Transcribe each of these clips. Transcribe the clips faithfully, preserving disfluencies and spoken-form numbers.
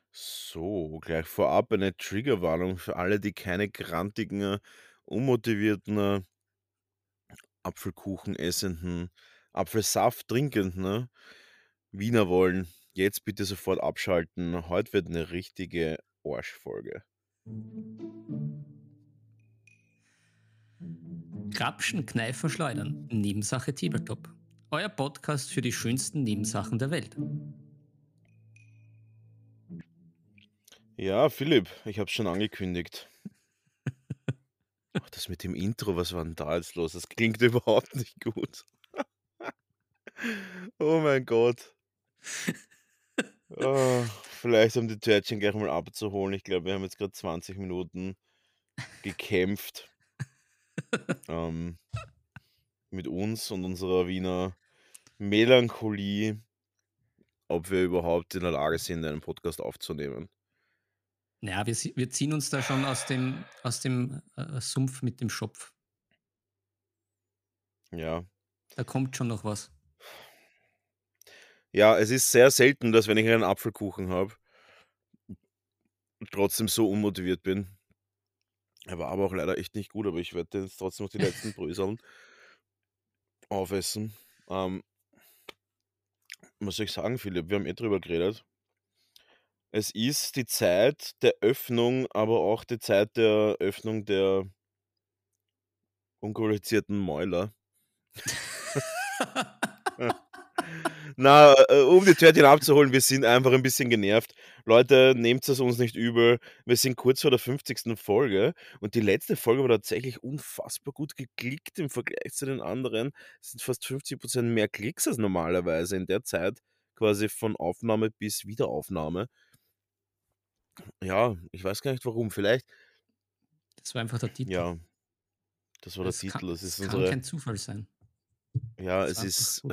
So, gleich vorab eine Triggerwarnung für alle, die keine grantigen, äh, unmotivierten, äh, Apfelkuchen essenden, Apfelsaft trinkenden äh, Wiener wollen. Jetzt bitte sofort abschalten. Heute wird eine richtige Arschfolge. Grapschen, Kneifen, Schleudern. Nebensache Tabletop. Euer Podcast für die schönsten Nebensachen der Welt. Ja, Philipp, ich habe es schon angekündigt. Ach, das mit dem Intro, was war denn da jetzt los? Das klingt überhaupt nicht gut. Oh mein Gott. Ah, vielleicht um die Törtchen gleich mal abzuholen. Ich glaube, wir haben jetzt gerade zwanzig Minuten gekämpft, ähm, mit uns und unserer Wiener Melancholie, ob wir überhaupt in der Lage sind, einen Podcast aufzunehmen. Ja, wir, sie- wir ziehen uns da schon aus dem, aus dem äh, Sumpf mit dem Schopf. Ja. Da kommt schon noch was. Ja, es ist sehr selten, dass, wenn ich einen Apfelkuchen habe, trotzdem so unmotiviert bin. Er war aber auch leider echt nicht gut, aber ich werde jetzt trotzdem noch die letzten Bröseln aufessen. Ähm, was soll ich sagen, Philipp? Wir haben eh drüber geredet. Es ist die Zeit der Öffnung, aber auch die Zeit der Öffnung der unqualifizierten Mäuler. Na, äh, um die Törtchen abzuholen, wir sind einfach ein bisschen genervt. Leute, nehmt es uns nicht übel. Wir sind kurz vor der fünfzigsten Folge und die letzte Folge war tatsächlich unfassbar gut geklickt im Vergleich zu den anderen. Es sind fast fünfzig Prozent mehr Klicks als normalerweise in der Zeit, quasi von Aufnahme bis Wiederaufnahme. Ja, ich weiß gar nicht warum. Vielleicht, Das war einfach der Titel. ja, das war der Das kann, Titel. Das ist das kann unsere, kein Zufall sein. ja, Das es war einfach ist, gut.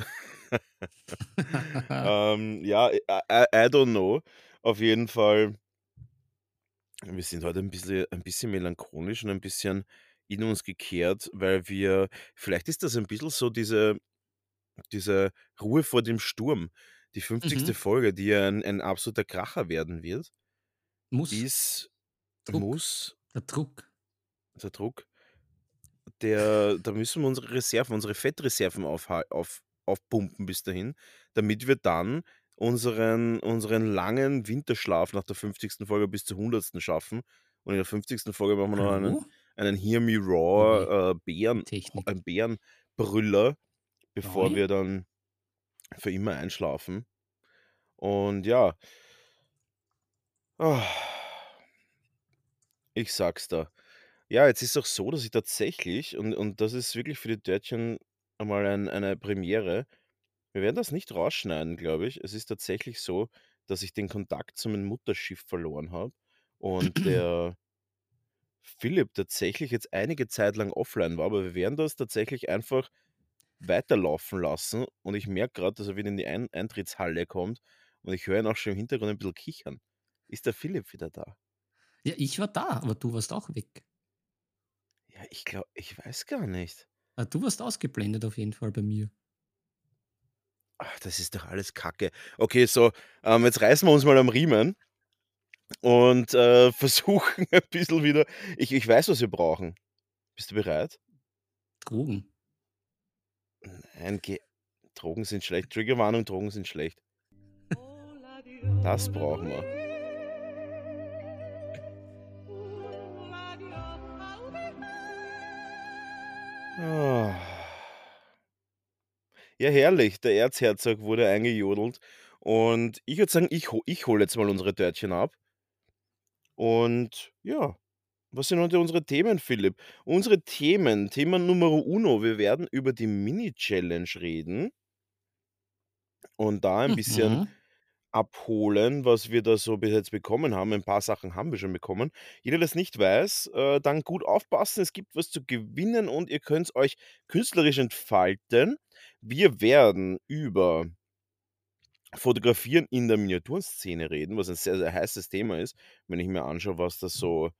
ähm, ja, I, I I don't know. Auf jeden Fall. Wir sind heute ein bisschen ein bisschen melancholisch und ein bisschen in uns gekehrt, weil wir, vielleicht ist das ein bisschen so diese diese Ruhe vor dem Sturm. Die fünfzigste Mhm. Folge, die ja ein ein absoluter Kracher werden wird, Muss. ist Druck. muss Der Druck. der Druck, der da müssen wir unsere Reserven, unsere Fettreserven aufhal auf aufpumpen bis dahin, damit wir dann unseren unseren langen Winterschlaf nach der fünfzigsten Folge bis zur hundertsten schaffen. Und in der fünfzigsten Folge machen wir noch einen Hallo? einen Hear Me Ui, Roar, äh, die Bären Technik. einen Bärenbrüller, bevor Ui. wir dann für immer einschlafen. Und ja, ah, ich sag's da. Ja, jetzt ist auch so, dass ich tatsächlich, und und das ist wirklich für die Törtchen einmal ein eine Premiere. Wir werden das nicht rausschneiden, glaube ich. Es ist tatsächlich so, dass ich den Kontakt zu meinem Mutterschiff verloren habe und der Philipp tatsächlich jetzt einige Zeit lang offline war, aber wir werden das tatsächlich einfach weiterlaufen lassen und ich merke gerade, dass er wieder in die Ein Eintrittshalle kommt und ich höre ihn auch schon im Hintergrund ein bisschen kichern. Ist der Philipp wieder da? Ja, ich war da, aber du warst auch weg. Ja, ich glaube, ich weiß gar nicht. Ah, du warst ausgeblendet auf jeden Fall bei mir. Ach, das ist doch alles Kacke. Okay, so, ähm, jetzt reißen wir uns mal am Riemen und, äh, versuchen ein bisschen wieder, ich ich weiß, was wir brauchen. Bist du bereit? Drogen. Nein, geh, Drogen sind schlecht. Triggerwarnung, Drogen sind schlecht. Das brauchen wir. Ah. Ja, herrlich. Der Erzherzog wurde eingejodelt und ich würde sagen, ich ho ich hole jetzt mal unsere Törtchen ab und ja, was sind heute unsere Themen, Philipp? Unsere Themen, Thema Numero uno, wir werden über die Mini-Challenge reden und da ein bisschen Mhm. abholen, was wir da so bis jetzt bekommen haben. Ein paar Sachen haben wir schon bekommen. Jeder, der das nicht weiß, äh, dann gut aufpassen. Es gibt was zu gewinnen und ihr könnt euch künstlerisch entfalten. Wir werden über Fotografieren in der Miniaturszene reden, was ein sehr, sehr heißes Thema ist, wenn ich mir anschaue, was da so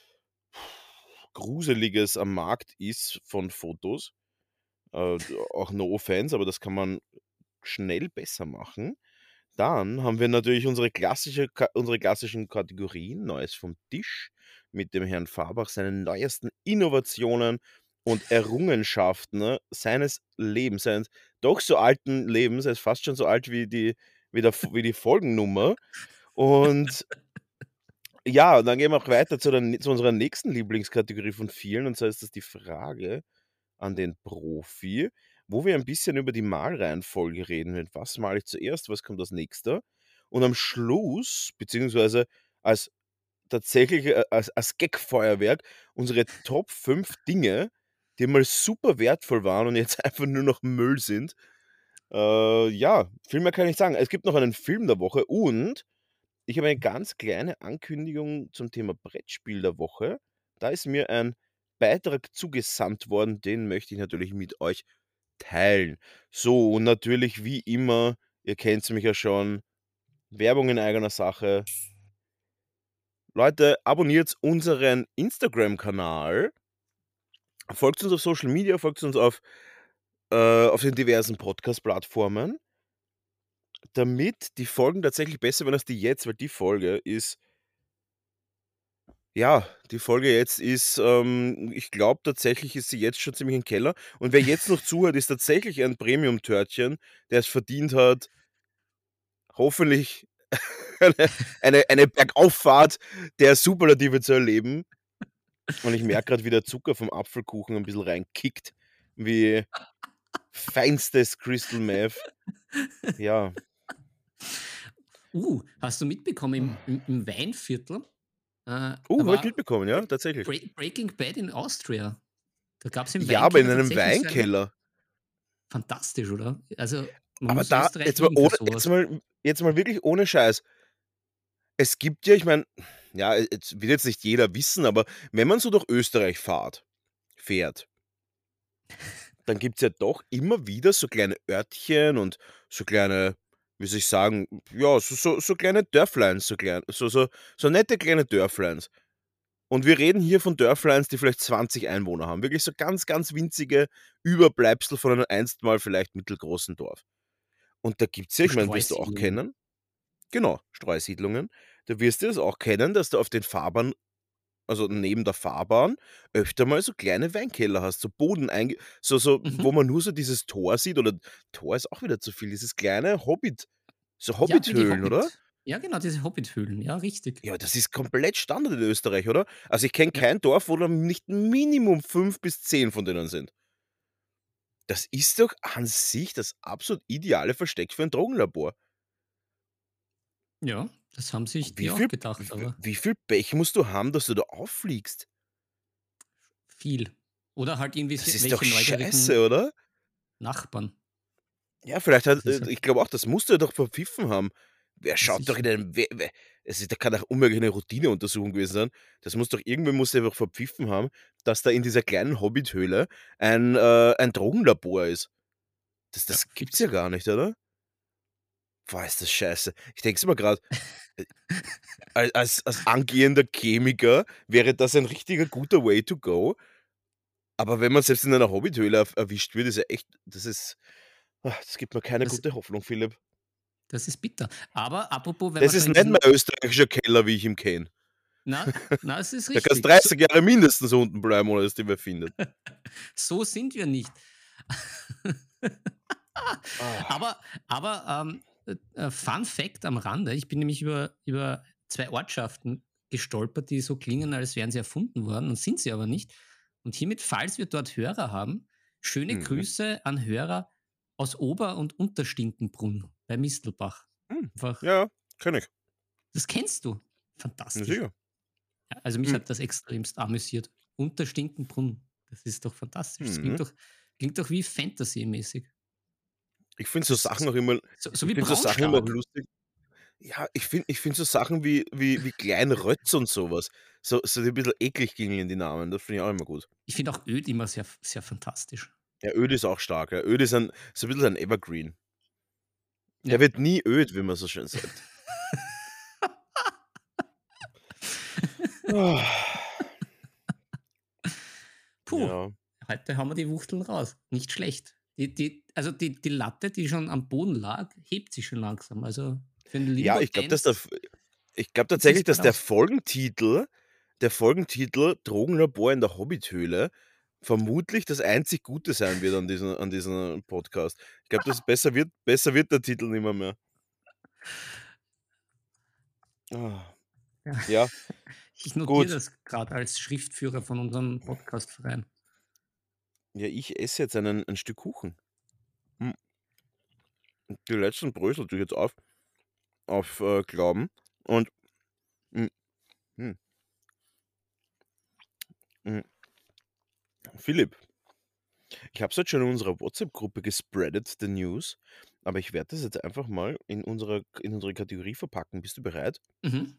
Gruseliges am Markt ist von Fotos. Äh, auch no offense, aber das kann man schnell besser machen. Dann haben wir natürlich unsere klassische Ka unsere klassischen Kategorien, Neues vom Tisch mit dem Herrn Fabach, seinen neuesten Innovationen und Errungenschaften, ne, seines Lebens, seines doch so alten Lebens. Er ist fast schon so alt wie die wie der F wie die Folgennummer. Und ja, und dann gehen wir auch weiter zu der n zu unserer nächsten Lieblingskategorie von vielen, und zwar ist das die Frage an den Profi, wo wir ein bisschen über die Malreihenfolge reden. Mit was male ich zuerst, was kommt als Nächster? Und am Schluss, beziehungsweise als tatsächliche äh, als als Gagfeuerwerk unsere Top fünf Dinge, die mal super wertvoll waren und jetzt einfach nur noch Müll sind. Äh, ja, viel mehr kann ich sagen. Es gibt noch einen Film der Woche und ich habe eine ganz kleine Ankündigung zum Thema Brettspiel der Woche. Da ist mir ein Beitrag zugesandt worden, den möchte ich natürlich mit euch teilen. So, und natürlich wie immer, ihr kennt's mich ja schon, Werbung in eigener Sache. Leute, abonniert unseren Instagram-Kanal, folgt uns auf Social Media, folgt uns auf, äh, auf den diversen Podcast-Plattformen, damit die Folgen tatsächlich besser werden als die jetzt, weil die Folge ist ja, die Folge jetzt ist, ähm ich glaube tatsächlich ist sie jetzt schon ziemlich im Keller. Und wer jetzt noch zuhört, ist tatsächlich ein Premium-Törtchen, der es verdient hat, hoffentlich eine eine eine Bergauffahrt der Superlative zu erleben. Und ich merke grad, wie der Zucker vom Apfelkuchen 'n bisschen reinkickt, wie feinstes Crystal Meth. Ja. Uh, hast du mitbekommen, im im im Weinviertel, äh, Uh, da habe ich war mitbekommen, Bre ja, tatsächlich. Bre Breaking Bad in Austria. Da gab's im Ja, aber in Weinkeller einem tatsächlich so einen Weinkeller. fantastisch, oder? Also, man Aber muss da Österreich jetzt mal lieben für ohne so jetzt was. mal jetzt mal wirklich ohne Scheiß. Es gibt ja, ich meine, ja, äh, jetzt will jetzt nicht jeder wissen, aber wenn man so durch Österreich fahrt fährt dann gibt's ja doch immer wieder so kleine Örtchen und so kleine, wie soll ich sagen, ja, so so so kleine Dörfleins, so klein so so so nette kleine Dörfleins. Und wir reden hier von Dörfleins, die vielleicht zwanzig Einwohner haben. Wirklich so ganz, ganz winzige Überbleibsel von einem einst mal vielleicht mittelgroßen Dorf. Und da gibt's ja So ich meine, wirst du auch Streusiedlungen. kennen genau, Streusiedlungen. Da wirst du das auch kennen, dass du auf den Fahrbahn also neben der Fahrbahn öfter mal so kleine Weinkeller hast, so Boden einge so so Mhm. wo man nur so dieses Tor sieht oder Tor ist auch wieder zu viel, dieses kleine Hobbit so Ja, wie die Hobbithöhlen, oder? Hobbit ja genau, diese Hobbithöhlen, ja, richtig. Ja, das ist komplett Standard in Österreich, oder? Also, ich kenne Ja. kein Dorf, wo da nicht Minimum fünf bis zehn von denen sind. Das ist doch an sich das absolut ideale Versteck für 'n Drogenlabor. Ja, das haben sich Wie die auch viel gedacht, w aber wie viel Pech musst du haben, dass du da auffliegst? viel. Oder halt irgendwie Das se ist doch welche neugierigen scheiße, oder? Nachbarn. Ja, vielleicht hat Das äh, ist halt ich glaube auch, das musst du ja doch verpfiffen haben. Wer ja schaut doch in sicher. einem we we es ist da kann doch unmöglich 'ne Routineuntersuchung gewesen sein. Das muss doch irgendwer muss ja doch verpfiffen haben, dass da in dieser kleinen Hobbithöhle ein, äh ein Drogenlabor ist. Das Ja, das gibt's ja fix. gar nicht, oder? Boah, ist das scheiße. Ich denke es mir grad, äh, al als als angehender Chemiker wäre das ein richtiger guter way to go. Aber wenn man selbst in einer Hobbithöhle erw erwischt wird, ist ja echt das ist ah, das gibt mir keine Das gute Hoffnung, Philipp. das ist bitter. Aber apropos, wenn wir Das schon ist in nicht diesen mein österreichischer Keller, wie ich ihn kenne. Na, na, es ist Da kannst richtig. So dreißig Jahre mindestens unten bleiben, ohne dass dich wer findet. so sind wir nicht. Ah. Aber aber, ähm, äh, äh, Fun Fact am Rande, ich bin nämlich über über zwei Ortschaften gestolpert, die so klingen, als wären sie erfunden worden und sind sie aber nicht. Und hiermit, falls wir dort Hörer haben, schöne Mhm. Grüße an Hörer aus Ober und Unterstinkenbrunn bei Mistelbach. Hm. Einfach Ja, kenne ich. das kennst du? Ja, Fantastisch. sicher. Ja, also mich Hm. hat das extremst amüsiert. Unterstinkenbrunn, das ist doch fantastisch. Das klingt Mhm. doch klingt doch wie Fantasy-mäßig. Ich finde so Das Sachen ist auch immer so so ich wie finde so Sachen immer Braunschlag. lustig. Ja, ich finde ich finde so Sachen wie wie wie Klein Rötz und so was, so so die 'n bisschen eklig klingen, die Namen, das finde ich auch immer gut. Ich finde auch Öd immer sehr sehr fantastisch. Ja, Öd ist auch stark, ja. Öd ist ein so 'n bisschen ein Evergreen. Der Ja. wird nie öd, wie man so schön sagt. Puh, Ja. heute haben wir die Wuchteln raus. Nicht schlecht. Die die also die die Latte, die schon am Boden lag, hebt sich schon langsam. Also, für 'n Ja, ich glaube, dass der Limo-Dance f ich glaube sieht das tatsächlich, dass grad der aus. Folgentitel der Folgentitel „Drogenlabor in der Hobbithöhle" vermutlich das einzig Gute sein wird an diesem an diesem Podcast. Ich glaube, dass besser wird besser wird der Titel nimmer mehr. Ah, Ja. ja, Ich notiere gut. das grad als Schriftführer von unserem Podcastverein. Ja, ich esse jetzt einen ein Stück Kuchen. Hm, die letzten Brösel tue ich jetzt auf auf, äh, Glauben und, hm, hm, hm, Philipp, ich habe es jetzt schon in unserer WhatsApp-Gruppe gespreadet, the News, aber ich werde das jetzt einfach mal in unserer in unsere Kategorie verpacken. Bist du bereit? Mhm.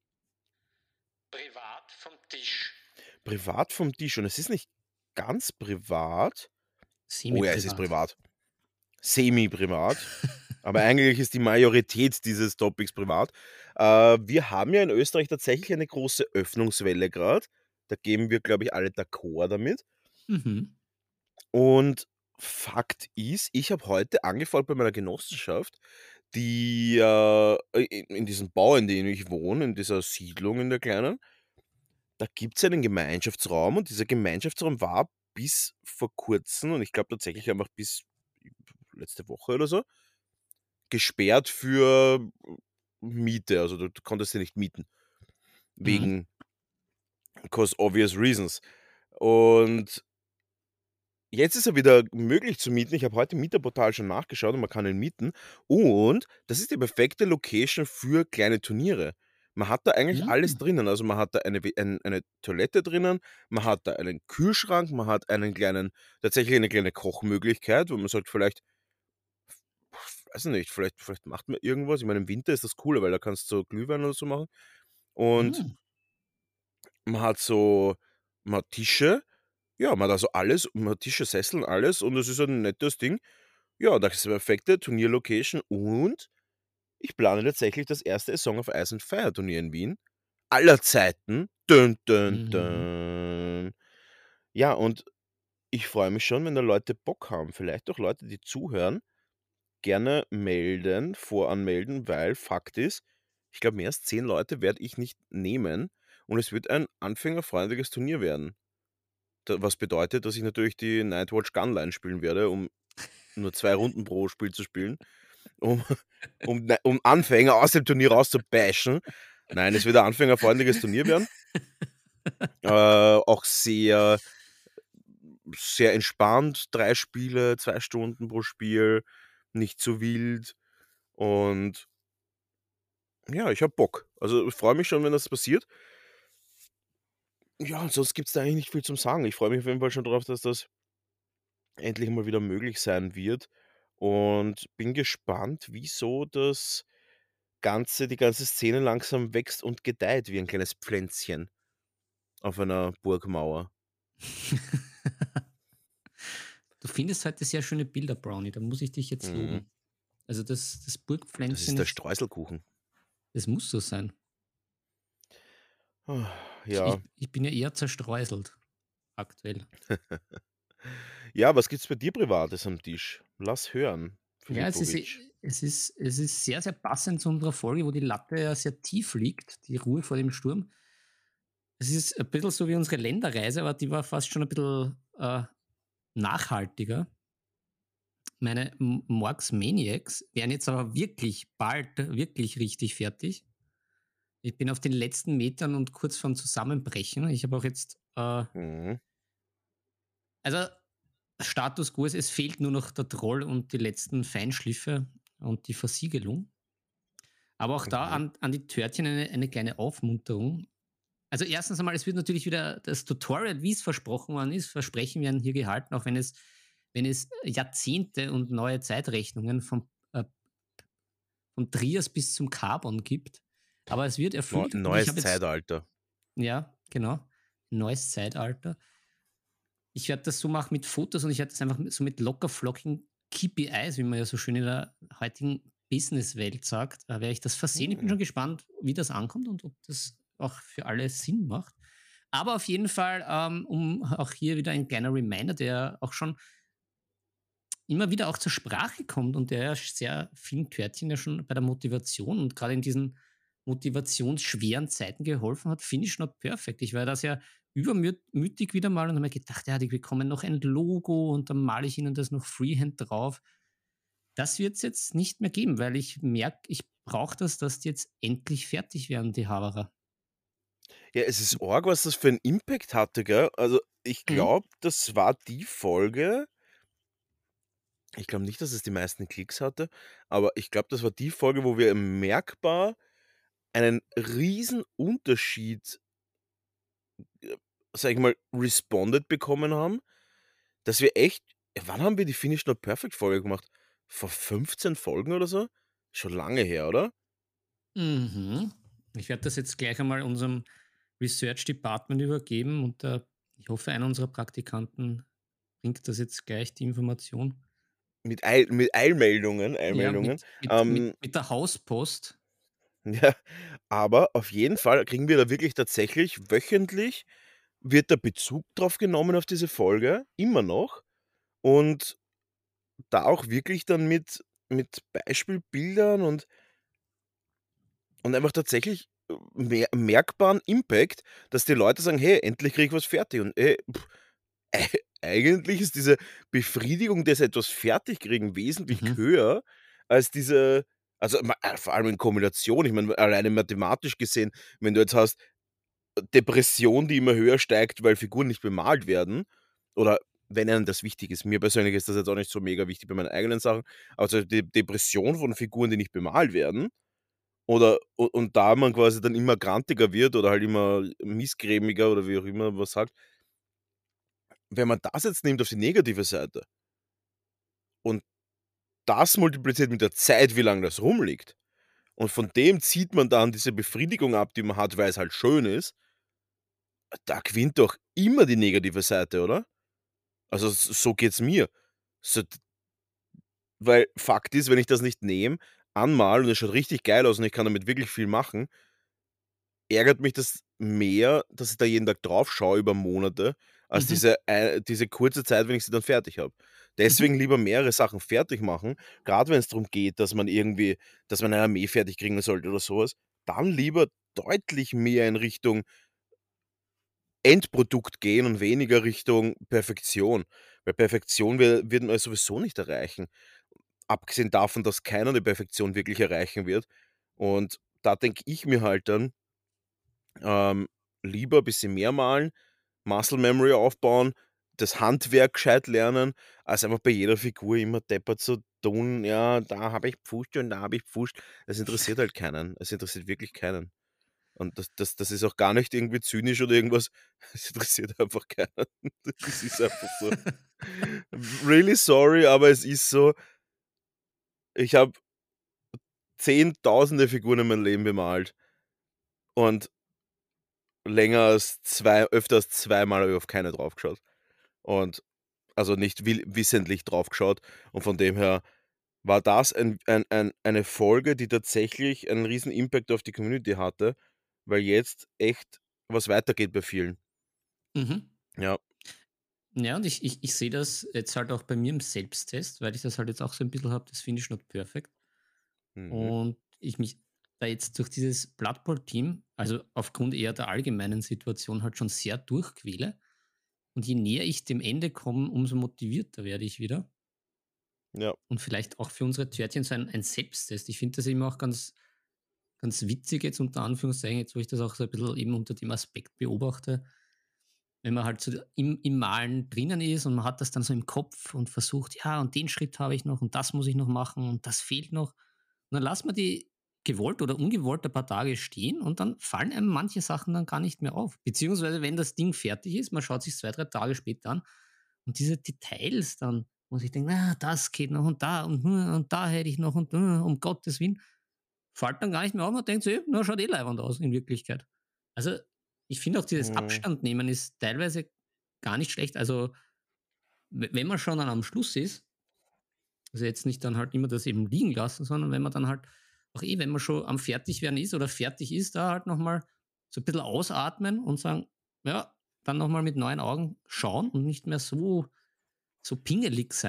Privat vom Tisch. Privat vom Tisch und es ist nicht ganz privat. Oh ja, es ist Semi-privat. privat. Semi-privat, aber eigentlich ist die Majorität dieses Topics privat. Äh, wir haben ja in Österreich tatsächlich eine große Öffnungswelle grad. Da geben wir, glaube ich, alle d'accord damit. Mhm. Und Fakt ist, ich habe heute angefragt bei meiner Genossenschaft, die, äh, in in diesem Bau, in dem ich wohne, in dieser Siedlung, in der kleinen, da gibt's einen Gemeinschaftsraum und dieser Gemeinschaftsraum war bis vor Kurzem und ich glaube tatsächlich einfach bis letzte Woche oder so, gesperrt für Miete. Also, du du konntest den nicht mieten, Mhm. wegen 'cause obvious reasons. Und jetzt ist er wieder möglich zu mieten. Ich habe heute im Mieterportal schon nachgeschaut und man kann ihn mieten. Und das ist die perfekte Location für kleine Turniere. Man hat da eigentlich alles Mhm. drinnen. Also, man hat da eine W ein eine Toilette drinnen, man hat da einen Kühlschrank, man hat einen kleinen tatsächlich eine kleine Kochmöglichkeit, wo man sagt vielleicht weiß nicht, vielleicht vielleicht macht man irgendwas. Ich meine, im Winter ist das cooler, weil da kannst du so Glühwein oder so machen. Und Mhm. man hat so man hat Tische, ja, man hat also alles man hat Tische, Sessel und alles und es ist ein nettes Ding. Ja, das ist 'ne perfekte Turnierlocation und ich plane tatsächlich das erste A Song of Ice and Fire Turnier in Wien aller Zeiten. Dün, dün, Mhm. dün. Ja, und ich freue mich schon, wenn da Leute Bock haben. Vielleicht auch Leute, die zuhören, gerne melden, voranmelden, weil Fakt ist, ich glaube, mehr als zehn Leute werde ich nicht nehmen und es wird ein anfängerfreundliches Turnier werden. Da was bedeutet, dass ich natürlich die Nightwatch Gunline spielen werde, um nur zwei Runden pro Spiel zu spielen, um um nei um Anfänger aus dem Turnier rauszubashen. Nein, es wird ein anfängerfreundliches Turnier werden, äh, auch sehr sehr entspannt, drei Spiele, zwei Stunden pro Spiel, nicht zu wild und ja, ich habe Bock. Also, ich freue mich schon, wenn das passiert. Ja, und sonst gibt's da eigentlich nicht viel zum Sagen. Ich freue mich auf jeden Fall schon drauf, dass das endlich mal wieder möglich sein wird und bin gespannt, wieso das Ganze die ganze Szene langsam wächst und gedeiht wie ein kleines Pflänzchen auf einer Burgmauer. Du findest heute sehr schöne Bilder, Brownie, da muss ich dich jetzt Mhm. loben. Also, das das Das Burgpflänzchen ist der ist Streuselkuchen. das muss so sein. Ah, Ich ja. ich ich bin ja eher zerstreuselt aktuell. Ja, was gibt's bei dir Privates am Tisch? Lass hören, Ja, es ist Filipovic. es ist es ist sehr, sehr passend zu unserer Folge, wo die Latte ja sehr tief liegt, die Ruhe vor dem Sturm. Es ist ein bisschen so wie unsere Länderreise, aber die war fast schon ein bisschen, äh, nachhaltiger. Meine M Morgs Maniacs werden jetzt aber wirklich bald wirklich richtig fertig. Ich bin auf den letzten Metern und kurz vorm Zusammenbrechen. Ich habe auch jetzt, äh Mhm, also Status quo ist, es fehlt nur noch der Troll und die letzten Feinschliffe und die Versiegelung. Aber auch da mhm. an an die Törtchen eine eine kleine Aufmunterung. Also, erstens einmal, es wird natürlich wieder das Tutorial, wie es versprochen worden ist, Versprechen werden hier gehalten, auch wenn es wenn es Jahrzehnte und neue Zeitrechnungen vom äh, vom Trias bis zum Carbon gibt. Aber es wird Neu erfüllt und ich neues habe jetzt, Zeitalter. ja, genau, neues Zeitalter. Ich werde das so machen mit Fotos und ich werde das einfach mit so mit locker flockigen K P Is, wie man ja so schön in der heutigen Businesswelt sagt, äh, werde ich das versehen. Ich bin Mhm. schon gespannt, wie das ankommt und ob das auch für alle Sinn macht. Aber auf jeden Fall, ähm, um auch hier wieder ein kleiner Reminder, der auch schon immer wieder auch zur Sprache kommt und der ja sehr vielen Törtchen ja schon bei der Motivation und gerade in diesen motivationsschweren Zeiten geholfen hat, Finish Not Perfect. Ich war da sehr übermütig wieder mal und habe mir gedacht, ja, die bekommen noch ein Logo und dann male ich ihnen das noch Freehand drauf. Das wird es jetzt nicht mehr geben, weil ich merke, ich brauche das, dass die jetzt endlich fertig werden, die Haberer. Ja, es ist arg, was das für 'n Impact hatte, gell? Also, ich Mhm. glaube, das war die Folge. Ich glaube nicht, dass es die meisten Klicks hatte, aber ich glaube, das war die Folge, wo wir merkbar einen riesen Unterschied, äh, sage ich mal, responded bekommen haben, dass wir echt ja, wann haben wir die Finish Not Perfect Folge gemacht? Vor fünfzehn Folgen oder so? Schon lange her, oder? Mhm. Ich werde das jetzt gleich einmal unserem Research Department übergeben und äh, ich hoffe, einer unserer Praktikanten bringt das jetzt gleich die Information. Mit Eil mit Eilmeldungen Ja, Eilmeldungen. mit, mit, mit, Ähm, mit der Hauspost. ja, aber auf jeden Fall kriegen wir da wirklich tatsächlich wöchentlich wird der Bezug drauf genommen auf diese Folge, immer noch. Und da auch wirklich dann mit mit Beispielbildern und und einfach tatsächlich, äh, mer merkbaren Impact, dass die Leute sagen: „Hey, endlich kriege ich was fertig.“ Und, ey, ei eigentlich ist diese Befriedigung des etwas Fertigkriegen wesentlich Mhm. höher als diese also, ma äh, vor allem in Kombination. Ich meine, alleine mathematisch gesehen, wenn du jetzt hast Depression, die immer höher steigt, weil Figuren nicht bemalt werden oder wenn einem das wichtig ist. Mir persönlich ist das jetzt auch nicht so mega wichtig bei meinen eigenen Sachen. Also, die Depression von Figuren, die nicht bemalt werden oder u und da man quasi dann immer grantiger wird oder halt immer missgrämiger oder wie auch immer man sagt. Wenn man das jetzt nimmt auf die negative Seite und das multipliziert mit der Zeit, wie lang das rumliegt und von dem zieht man dann diese Befriedigung ab, die man hat, weil's halt schön ist, da gewinnt doch immer die negative Seite, oder? Also, s so geht's mir. So d weil Fakt ist, wenn ich das nicht nehme, anmale und es schaut richtig geil aus und ich kann damit wirklich viel machen, ärgert mich das mehr, dass ich da jeden Tag drauf schaue über Monate, als Mhm. diese ei diese kurze Zeit, wenn ich sie dann fertig habe. Mhm. Deswegen lieber mehrere Sachen fertig machen, grad wenn's drum geht, dass man irgendwie dass man eine Armee fertig kriegen sollte oder so was, dann lieber deutlich mehr in Richtung Endprodukt gehen und weniger Richtung Perfektion. Weil Perfektion wi wird man ja sowieso nicht erreichen. Abgesehen davon, dass keiner die Perfektion wirklich erreichen wird. Und da denke ich mir halt dann, ähm, lieber bisschen mehr malen, Muscle Memory aufbauen, das Handwerk gescheit lernen, als einfach bei jeder Figur immer deppert zu tun: „Ja, da habe ich gepfuscht und da habe ich gepfuscht.“ Es interessiert halt keinen. Es interessiert wirklich keinen. Und das das das ist auch gar nicht irgendwie zynisch oder irgendwas. Es interessiert einfach keinen. Das ist einfach so. Really sorry, aber es ist so. Ich habe Zehntausende Figuren in meinem Leben bemalt und länger als zwei öfter als zweimal habe ich auf keine drauf geschaut. Und also nicht will wissentlich drauf geschaut und von dem her war das ein ein ein eine Folge, die tatsächlich einen riesen Impact auf die Community hatte, weil jetzt echt was weitergeht bei vielen. Mhm. Ja. Ja, und ich, ich, ich sehe das jetzt halt auch bei mir im Selbsttest, weil ich das halt jetzt auch so ein bisschen habe, das Finish Not Perfect. Mhm. Und ich mich da jetzt durch dieses Blood Bowl-Team, also aufgrund eher der allgemeinen Situation, halt schon sehr durchquäle. Und je näher ich dem Ende komme, umso motivierter werde ich wieder. Ja. Und vielleicht auch für unsere Törtchen so ein, ein Selbsttest. Ich finde das eben auch ganz, ganz witzig jetzt unter Anführungszeichen, jetzt wo ich das auch so ein bisschen eben unter dem Aspekt beobachte, wenn man halt so im, im Malen drinnen ist und man hat das dann so im Kopf und versucht, ja, und den Schritt habe ich noch und das muss ich noch machen und das fehlt noch. Und dann lassen wir die gewollt oder ungewollt ein paar Tage stehen und dann fallen einem manche Sachen dann gar nicht mehr auf. Beziehungsweise, wenn das Ding fertig ist, man schaut sich zwei, drei Tage später an und diese Details dann, wo ich denke, ah, das geht noch und da und, hm, und da hätte ich noch und äh, um Gottes Willen, fällt dann gar nicht mehr auf. Man denkt so, ja, na, schaut eh leibend aus in Wirklichkeit. Also, ich finde auch dieses Mhm. Abstand nehmen ist teilweise gar nicht schlecht. Also, we wenn man schon dann am Schluss ist, also jetzt nicht dann halt immer das eben liegen lassen, sondern wenn man dann halt auch eh, wenn man schon am Fertigwerden ist oder fertig ist, da halt noch mal so ein bisschen ausatmen und sagen: „Ja“, dann noch mal mit neuen Augen schauen und nicht mehr so so pingelig sein.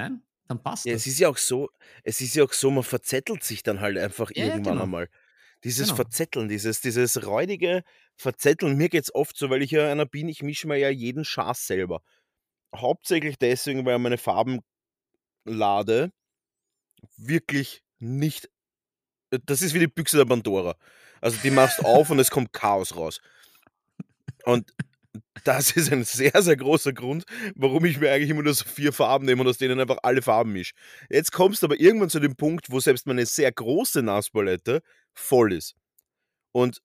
dann passt Ja, es das. ist ja auch so es ist ja auch so, man verzettelt sich dann halt einfach Ja, ja, irgendwann genau, einmal. Dieses genau. Verzetteln, dieses dieses räudige Verzetteln. Mir geht's oft so, weil ich ja einer bin, ich mische mir ja jeden Schaß selber. Hauptsächlich deswegen, weil meine Farbenlade wirklich nicht äh, das ist wie die Büchse der Pandora. Also, die machst auf und es kommt Chaos raus. Und das ist ein sehr, sehr großer Grund, warum ich mir eigentlich immer nur so vier Farben nehme und aus denen einfach alle Farben mische. Jetzt kommst du aber irgendwann zu dem Punkt, wo selbst meine sehr große Nasspalette voll ist. Und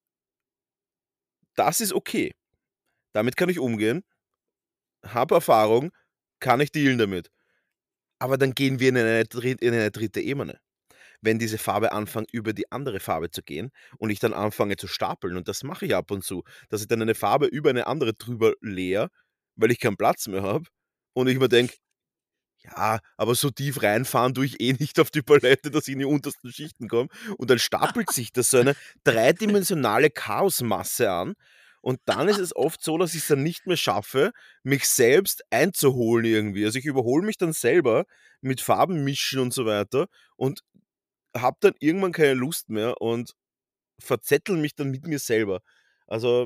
das ist okay. Damit kann ich umgehen, habe Erfahrung, kann ich dealen damit. Aber dann gehen wir in eine dri in eine dritte Ebene. Wenn diese Farbe anfängt, über die andere Farbe zu gehen und ich dann anfange zu stapeln und das mache ich ab und zu, dass ich dann eine Farbe über eine andere drüber leere, weil ich keinen Platz mehr habe und ich mir denke: „Ja, aber so tief reinfahren tue ich eh nicht auf die Palette, dass ich in die untersten Schichten komme." Und dann stapelt sich das so eine dreidimensionale Chaosmasse an und dann ist es oft so, dass ich's dann nicht mehr schaffe, mich selbst einzuholen irgendwie. Also, ich überhole mich dann selber mit Farben mischen und so weiter und habe dann irgendwann keine Lust mehr und verzettel mich dann mit mir selber. Also,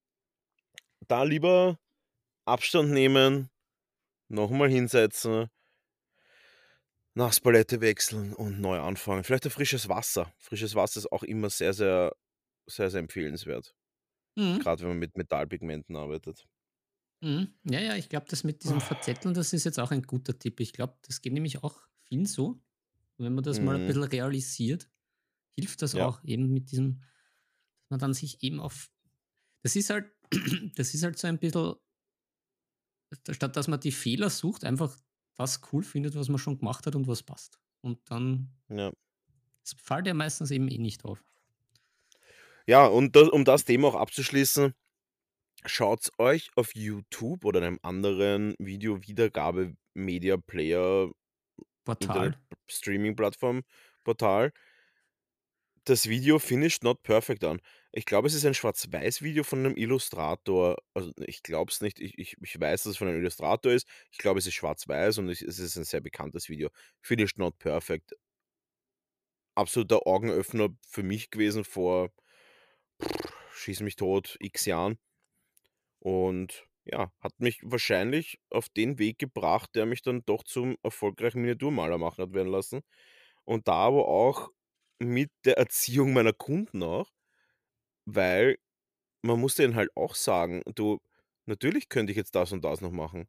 da lieber Abstand nehmen, noch mal hinsetzen, Nasspalette wechseln und neu anfangen. Vielleicht ein frisches Wasser. Frisches Wasser ist auch immer sehr, sehr sehr, sehr empfehlenswert, Mhm. grad wenn man mit Metallpigmenten arbeitet. Mhm. Ja, ja, ich glaube, das mit diesem Verzetteln, das ist jetzt auch ein guter Tipp. Ich glaube, das geht nämlich auch vielen so. Wenn man das mal ein Mhm. bisschen realisiert, hilft das Ja, auch eben mit diesem, dass man dann sich eben auf das ist halt das ist halt so ein bisschen, statt dass man die Fehler sucht, einfach das cool findet, was man schon gemacht hat und was passt. Und dann ja. es fällt ja meistens eben eh nicht auf. Ja, und da um das Thema auch abzuschließen, schaut's euch auf YouTube oder einem anderen Video-Wiedergabe-Media-Player, Portal. Internet-Streaming-Plattform, Portal das Video „Finished not perfect" an. Ich glaube, es ist ein Schwarz-Weiß-Video von 'nem Illustrator. Also, ich glaube es nicht. Ich ich ich weiß, dass es von einem Illustrator ist. Ich glaube, es ist schwarz-weiß und es es ist ein sehr bekanntes Video. „Finished not perfect." Absoluter Augenöffner für mich gewesen vor, schieß mich tot, X Jahren. Und ja, hat mich wahrscheinlich auf den Weg gebracht, der mich dann doch zum erfolgreichen Miniaturmaler machen hat werden lassen. Und da aber auch mit der Erziehung meiner Kunden auch, weil man muss denen halt auch sagen: „Du, natürlich könnte ich jetzt das und das noch machen.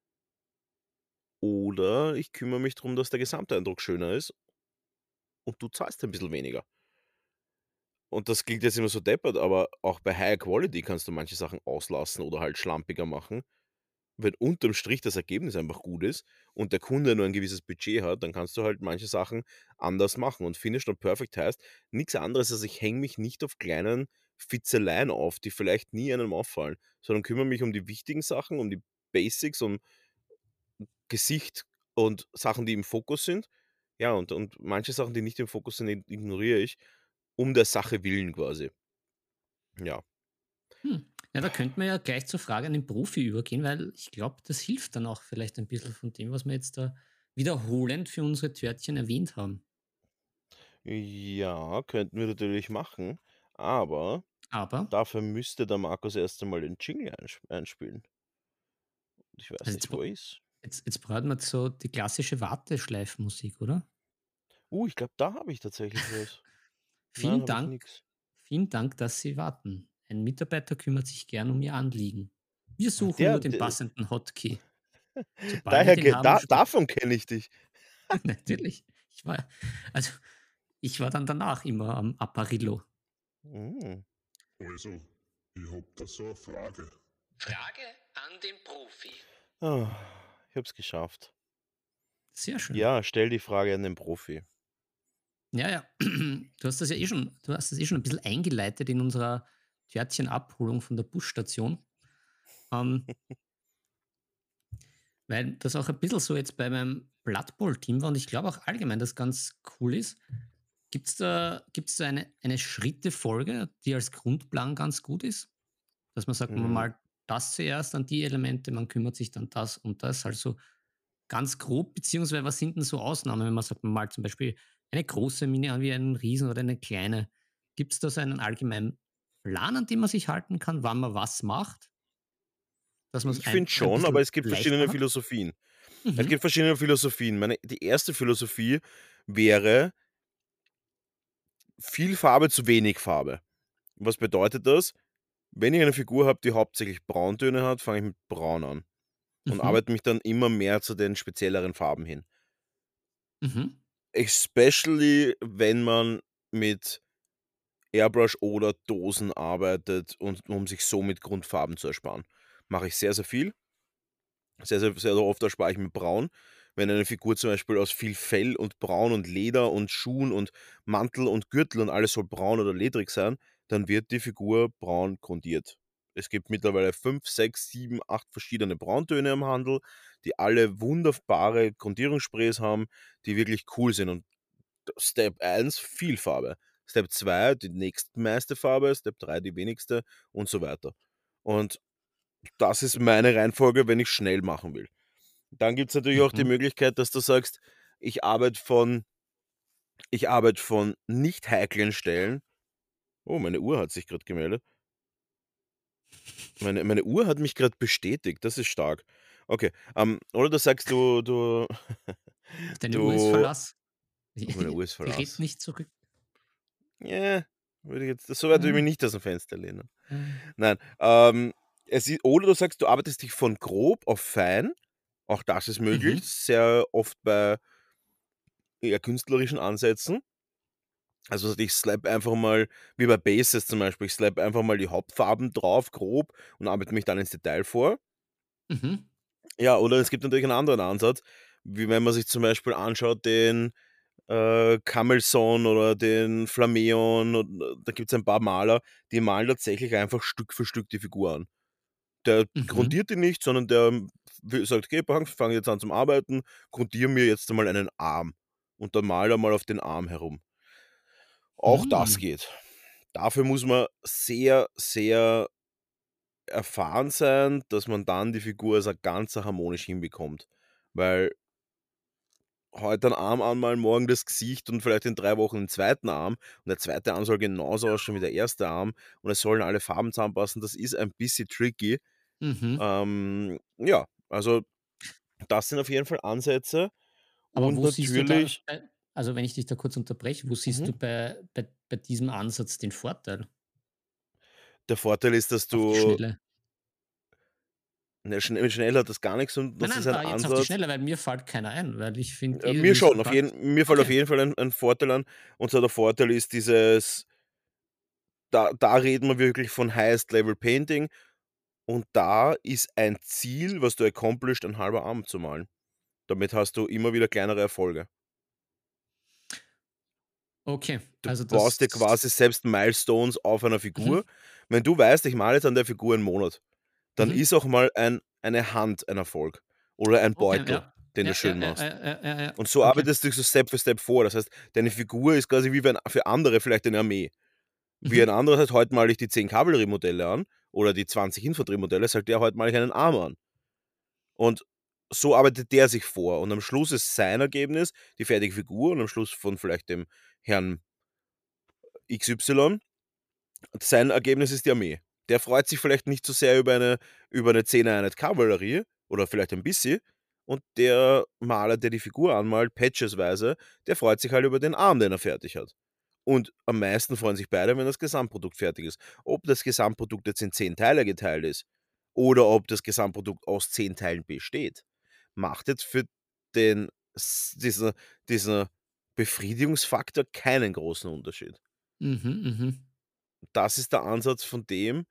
Oder ich kümmere mich drum, dass der Gesamteindruck schöner ist und du zahlst ein bisschen weniger." Und das klingt jetzt immer so deppert, aber auch bei Higher Quality kannst du manche Sachen auslassen oder halt schlampiger machen. Wenn unterm Strich das Ergebnis einfach gut ist und der Kunde nur ein gewisses Budget hat, dann kannst du halt manche Sachen anders machen. Und Finished not perfect heißt nix anderes, als ich hänge mich nicht auf kleinen Fitzeleien auf, die vielleicht nie einem auffallen, sondern kümmere mich um die wichtigen Sachen, um die Basics, um Gesicht und Sachen, die im Fokus sind. Ja, und und manche Sachen, die nicht im Fokus sind, ig ignoriere ich, um der Sache willen quasi. Ja. Hm. Ja, da könnte man ja gleich zur Frage an den Profi übergehen, weil ich glaube, das hilft dann auch vielleicht ein bisschen von dem, was wir jetzt da wiederholend für unsere Törtchen erwähnt haben. Ja, könnten wir natürlich machen, aber Aber, dafür müsste der Markus erst einmal den Jingle einsp einspielen. Und ich weiß also jetzt, nicht, wo bra- er ist. jetzt, jetzt braucht man so die klassische Warteschleifmusik, oder? Uh, ich glaube, da habe ich tatsächlich was. Nein, Vielen habe ich Dank, nix. vielen Dank, dass Sie warten. Ein Mitarbeiter kümmert sich gern um Ihr Anliegen. Wir Ah, suchen der nur den d passenden Hotkey. Sobald wir daher den ke haben, da sprechen. davon kenne ich dich. Natürlich. Ich war, also ich war dann danach immer am Apparillo. Mhm. Also, ich hab da so eine Frage. Frage an den Profi. Ah, ich habe es geschafft. Sehr schön. Ja, stell die Frage an den Profi. Ja, ja. Du hast das ja eh schon du hast das eh schon ein bisschen eingeleitet in unserer Törtchenabholung von der Busstation. Ähm, weil das auch ein bisschen so jetzt bei meinem Blood Bowl-Team war und ich glaube auch allgemein, das ganz cool ist. Gibt's da gibt's da eine eine Schrittefolge, die als Grundplan ganz gut ist? Dass man sagt, man Hm, malt das zuerst, dann die Elemente, man kümmert sich dann das und das. Also, ganz grob, beziehungsweise was sind denn so Ausnahmen, wenn man sagt, man malt zum Beispiel eine große Mine an wie einen Riesen oder eine kleine. Gibt es da so einen allgemeinen Plan, an dem man sich halten kann, wann man was macht, dass man es Ich ein finde ein schon, aber bisschen es gibt leichter verschiedene hat? Philosophien. Es Mhm, gibt verschiedene Philosophien. Meine die erste Philosophie wäre viel Farbe zu wenig Farbe. Was bedeutet das? Wenn ich eine Figur habe, die hauptsächlich Brauntöne hat, fange ich mit Braun an und mhm, arbeite mich dann immer mehr zu den spezielleren Farben hin. mhm, Especially, wenn man mit Airbrush oder Dosen arbeitet und um sich somit Grundfarben zu ersparen. Mache ich sehr, sehr viel. Sehr, sehr, sehr oft erspare ich mir Braun. Wenn eine Figur zum Beispiel aus viel Fell und Braun und Leder und Schuhen und Mantel und Gürtel und alles soll braun oder ledrig sein, dann wird die Figur braun grundiert. Es gibt mittlerweile fünf, sechs, sieben, acht verschiedene Brauntöne im Handel, die alle wunderbare Grundierungssprays haben, die wirklich cool sind. Und Step eins viel Farbe. Step zwei die nächstmeiste Farbe, Step drei die wenigste und so weiter. Und das ist meine Reihenfolge, wenn ich schnell machen will. Dann gibt's natürlich auch die mhm. Möglichkeit, dass du sagst: „Ich arbeite von ich arbeite von nicht heiklen Stellen." Oh, meine Uhr hat sich grad gemeldet. Meine meine Uhr hat mich grad bestätigt, das ist stark. Okay, ähm, oder du sagst, du du Deine Uhr ist du Verlass. meine Uhr ist Die redet Verlass. nicht zurück. Ja, würde ich jetzt so weit würde ich Äh, mich nicht aus'm Fenster lehnen. äh. Nein, ähm, es i oder du sagst, du arbeitest dich von grob auf fein. Auch das ist möglich, Mhm, sehr oft bei eher künstlerischen Ansätzen. Also, ich slap einfach mal wie bei Bases zum Beispiel, ich slap einfach mal die Hauptfarben drauf, grob, und arbeite mich dann ins Detail vor. mhm, Ja, oder es gibt natürlich einen anderen Ansatz, wie wenn man sich zum Beispiel anschaut, den, äh, Camelson oder den Flameon, und äh, da gibt's ein paar Maler, die malen tatsächlich einfach Stück für Stück die Figur an. Der mhm, grundiert die nicht, sondern der w sagt: „Okay, Pang, fange jetzt an zum Arbeiten, grundiere mir jetzt einmal einen Arm." Und dann malt er mal auf den Arm herum. Auch das hm, geht. Dafür muss man sehr, sehr erfahren sein, dass man dann die Figur als Ganzer harmonisch hinbekommt. Weil heute einen Arm anmalen, morgen das Gesicht und vielleicht in drei Wochen den zweiten Arm, und der zweite Arm soll genauso ausschauen wie der erste Arm und es sollen alle Farben zusammenpassen. Das ist ein bisschen tricky. mhm. Ähm, ja, also das sind auf jeden Fall Ansätze Aber und wo siehst du da natürlich bei also, wenn ich dich da kurz unterbreche, wo siehst mhm, du bei bei bei diesem Ansatz den Vorteil der Vorteil ist, dass auf die du Schnelle? ne, schn schnell hat das gar nichts und Nein, das ist nein, ein äh, jetzt auf die Ansatz. Schnelle, weil mir fällt keiner ein, weil ich finde Äh, eh, mir wie schon, so auf grad jeden mir fällt auf okay. jeden Fall ein ein Vorteil an, und zwar der Vorteil ist dieses da da reden wir wirklich von Highest Level Painting, und da ist ein Ziel, was du accomplished, ein halber Arm zu malen. Damit hast du immer wieder kleinere Erfolge. Okay, Du also baust dir das quasi selbst Milestones auf einer mhm, Figur. Wenn du weißt, ich male jetzt an der Figur einen Monat, dann mhm. ist auch mal ein eine Hand ein Erfolg oder ein Okay, Beutel, ja. den du Ja, ja, schön ja, machst. ja, ja, ja, ja. Und so Okay. arbeitest du dich so Step für Step vor. Das heißt, deine Figur ist quasi wie wenn für andere vielleicht eine Armee. Wie ein Mhm, anderer sagt: „Heute male ich die zehn Kavalleriemodelle an oder die zwanzig Infanteriemodelle", sagt der: „Heute male ich einen Arm an." Und so arbeitet der sich vor, und am Schluss ist sein Ergebnis die fertige Figur, und am Schluss von vielleicht dem Herrn X Y sein Ergebnis ist die Armee. Der freut sich vielleicht nicht so sehr über eine über 'ne Zehner-Einheit Kavallerie oder vielleicht ein bisschen, und der Maler, der die Figur anmalt, patchesweise, der freut sich halt über den Arm, den er fertig hat. Und am meisten freuen sich beide, wenn das Gesamtprodukt fertig ist. Ob das Gesamtprodukt jetzt in zehn Teile geteilt ist oder ob das Gesamtprodukt aus zehn Teilen besteht, macht jetzt für den s diesen diesen Befriedigungsfaktor keinen großen Unterschied. mhm, mhm. Das ist der Ansatz von dem.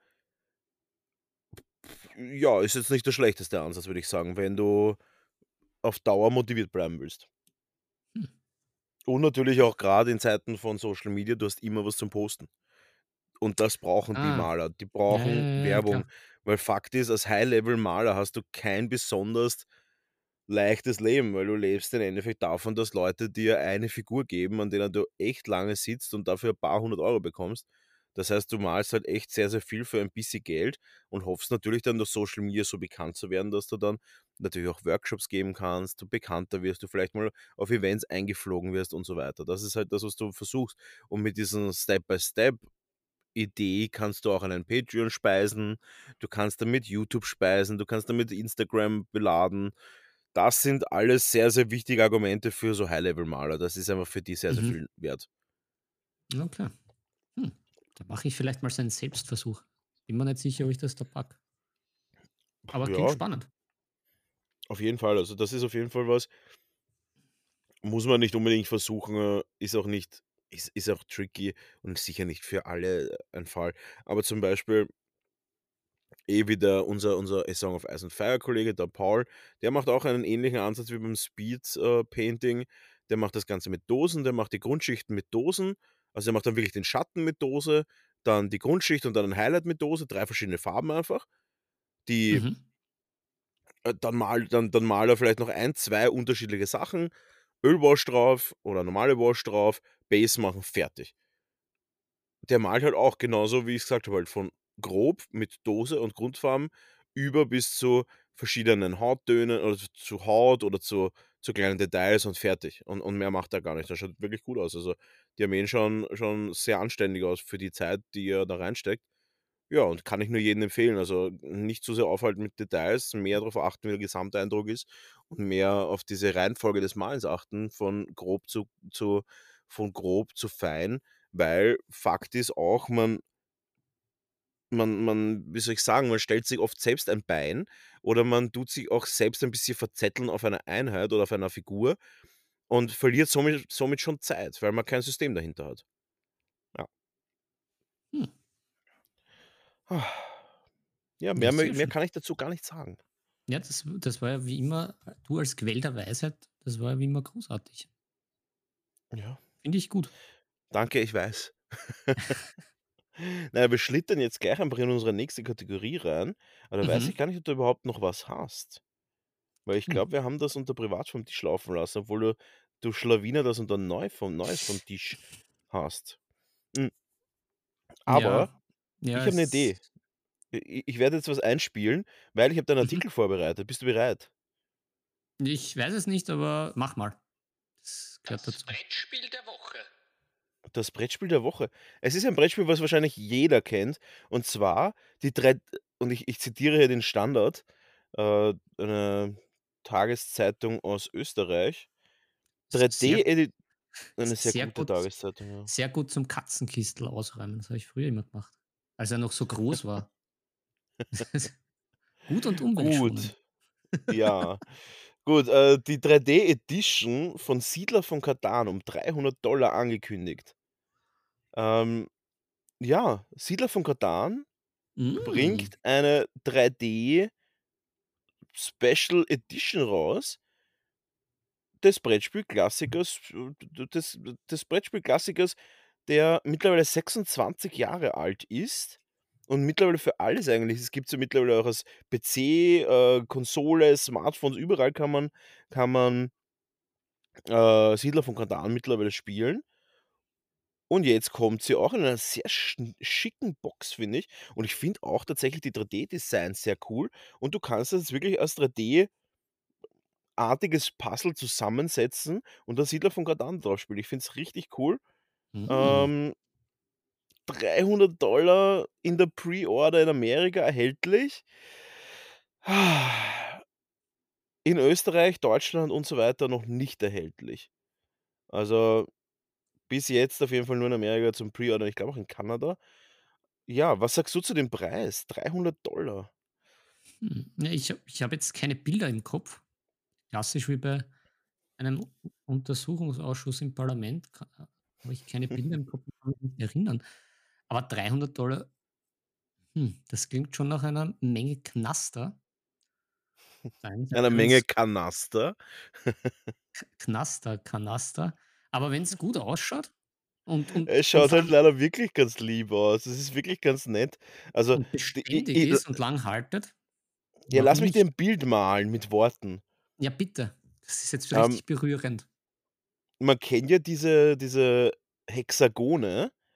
Ja, ist jetzt nicht der schlechteste Ansatz, würde ich sagen, wenn du auf Dauer motiviert bleiben willst. Hm. Und natürlich auch gerade in Zeiten von Social Media, du hast immer was zum Posten. Und das brauchen die Ah, Maler. Die ja, ja, brauchen ja, ja, Werbung, klar. weil Fakt ist, als High-Level-Maler hast du kein besonders leichtes Leben, weil du lebst im Endeffekt davon, dass Leute dir eine Figur geben, an der du echt lange sitzt und dafür ein paar hundert Euro bekommst. Das heißt, du malst halt echt sehr, sehr viel für ein bisschen Geld und hoffst natürlich dann durch Social Media so bekannt zu werden, dass du dann natürlich auch Workshops geben kannst, du bekannter wirst, du vielleicht mal auf Events eingeflogen wirst und so weiter. Das ist halt das, was du versuchst. Und mit diesen Step-by-Step-Idee kannst du auch einen Patreon speisen, du kannst damit YouTube speisen, du kannst damit Instagram beladen. Das sind alles sehr, sehr wichtige Argumente für so High-Level-Maler. Das ist einfach für die sehr, sehr Mhm. viel wert. Okay. Hm. Da mache ich vielleicht mal so einen Selbstversuch. Bin mir nicht sicher, ob ich das da packe. Aber klingt Ja, spannend. auf jeden Fall. Also, das ist auf jeden Fall was, muss man nicht unbedingt versuchen, äh, ist auch nicht ist ist auch tricky und sicher nicht für alle ein Fall. Aber zum Beispiel eh wieder unser unser A Song of Ice and Fire Kollege, der Paul, der macht auch einen ähnlichen Ansatz wie beim Speed, äh, Painting. Der macht das Ganze mit Dosen, der macht die Grundschichten mit Dosen. Also, er macht dann wirklich den Schatten mit Dose, dann die Grundschicht und dann ein Highlight mit Dose, drei verschiedene Farben einfach. Die Mhm. äh, dann malt dann dann malt er vielleicht noch ein, zwei unterschiedliche Sachen, Ölwash drauf oder normale Wash drauf, Base machen, fertig. Der malt halt auch genauso, wie ich's gesagt habe, halt von grob mit Dose und Grundfarben über bis zu verschiedenen Hauttönen oder z zu Haut oder zu zu kleinen Details und fertig. Und und mehr macht er gar nicht. Das schaut wirklich gut aus. Also, die Armeen schauen schon sehr anständig aus für die Zeit, die er da reinsteckt. Ja, und kann ich nur jedem empfehlen. Also, nicht zu sehr aufhalten mit Details, mehr darauf achten, wie der Gesamteindruck ist und mehr auf diese Reihenfolge des Malens achten, von grob zu zu von grob zu fein, weil Fakt ist auch, man man man wie soll ich sagen, man stellt sich oft selbst ein Bein oder man tut sich auch selbst ein bisschen verzetteln auf einer Einheit oder auf einer Figur und verliert somit somit schon Zeit, weil man kein System dahinter hat. Ja. Hm. Ja, Ja, mehr mö sehr mehr schön. kann ich dazu gar nicht sagen. Ja, das, das war ja wie immer, du als Quell der Weisheit, das war ja wie immer großartig. Ja. Finde ich gut. Danke, ich weiß. Na ja, wir schlittern jetzt gleich einfach in unsere nächste Kategorie rein, aber da weiß ich Mhm. gar nicht, ob du überhaupt noch was hast. Weil ich Hm. glaube, wir haben das unter privat vom Tisch laufen lassen, obwohl du du Schlawiner das unter neu vom Neues vom Tisch hast. Hm, aber Ja, ja, ich habe 'ne es, Idee. I ich werde jetzt was einspielen, weil ich habe da 'n mhm. Artikel vorbereitet. Bist du bereit? Ich weiß es nicht, aber mach mal. Das gehört Das dazu. Brettspiel der Woche. Das Brettspiel der Woche. Es ist ein Brettspiel, was wahrscheinlich jeder kennt, und zwar die drei und ich ich zitiere hier den Standard, äh, eine Tageszeitung aus Österreich. S sehr, drei D-Edi eine sehr sehr gute gut, Tageszeitung, ja. sehr gut zum Katzenkistel ausräumen. Das habe ich früher immer gemacht, als er noch so groß war. Gut und umweltschonend. Gut, ja. Gut, äh, die drei D-Edition von Siedler von Catan um dreihundert Dollar angekündigt. Ähm, ja, Siedler von Catan Hm. bringt eine drei D Special Edition raus des Brettspielklassikers äh, d des des Brettspielklassikers, der mittlerweile sechsundzwanzig Jahre alt ist und mittlerweile für alles eigentlich, es gibt's ja mittlerweile auch als P C, äh, Konsole, Smartphones, überall kann man kann man, äh, Siedler von Catan mittlerweile spielen. Und jetzt kommt sie auch in einer sehr schn schicken Box, finde ich. Und ich finde auch tatsächlich die drei D-Designs sehr cool. Und du kannst das wirklich als drei D-artiges Puzzle zusammensetzen und da Siedler von Catan drauf spielen. Ich finde es richtig cool. Hm. Ähm, dreihundert Dollar in der Pre-Order in Amerika erhältlich. In Österreich, Deutschland und so weiter noch nicht erhältlich. Also, bis jetzt auf jeden Fall nur in Amerika zum Pre-Ordern, ich glaube auch in Kanada. Ja, was sagst du zu dem Preis? dreihundert Dollar. Hm. Ja, ich habe ich habe jetzt keine Bilder im Kopf. Klassisch wie bei einem U Untersuchungsausschuss im Parlament ka habe ich keine Bilder im Kopf und kann mich nicht erinnern. Aber dreihundert Dollar, hm, das klingt schon nach einer Menge Knaster. Auf der einen Einer Seite Menge wenn's Kanaster. Knaster, Kanaster. Aber wenn's gut ausschaut und und Es und schaut vor halt allem leider wirklich ganz lieb aus. Es ist wirklich ganz nett. Also, und die i beständig i l ist und lang haltet, ja, lass warum mich dir nicht? 'n Bild malen mit Worten. Ja, bitte. Das ist jetzt Ähm, richtig berührend. man kennt ja diese diese Hexagone,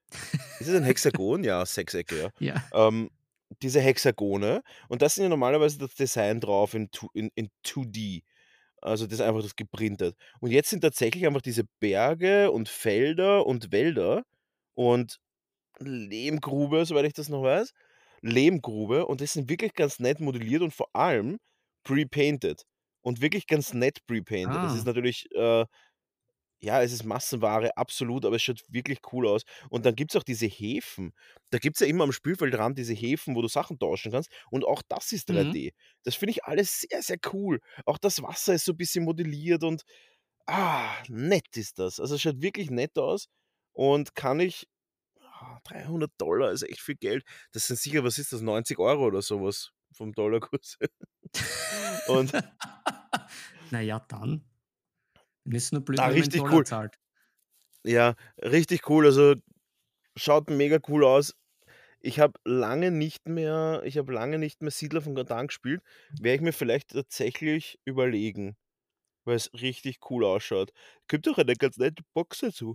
Ist es ein Hexagon? Ja, Sechsecke, ja. Ja. Ähm, diese Hexagone und das sind ja normalerweise das Design drauf in tw in in zwei D. Also, das ist einfach das geprintet. Und jetzt sind tatsächlich einfach diese Berge und Felder und Wälder und Lehmgrube, soweit ich das noch weiß. Lehmgrube und das sind wirklich ganz nett modelliert und vor allem pre-painted und wirklich ganz nett pre-painted. Das ist Ah. natürlich, äh ja, es ist Massenware, absolut, aber es schaut wirklich cool aus. Und dann gibt's auch diese Häfen. Da gibt's ja immer am Spielfeldrand diese Häfen, wo du Sachen tauschen kannst und auch das ist Mhm. drei D. Das finde ich alles sehr, sehr cool. Auch das Wasser ist so 'n bisschen modelliert und, ah, nett ist das. Also, es schaut wirklich nett aus und kann ich ah, dreihundert Dollar ist echt viel Geld. Das sind sicher, was ist das, neunzig Euro oder so was vom Dollarkurs. Und Na ja, dann. Dann ist nur blöd, ah, wenn man in richtig Dollar cool. zahlt. Ja, richtig cool. Also, schaut mega cool aus. Ich habe lange nicht mehr ich habe lange nicht mehr Siedler von Catan gespielt. Werde ich mir vielleicht tatsächlich überlegen, weil es richtig cool ausschaut. Gibt auch eine ganz nette Box dazu.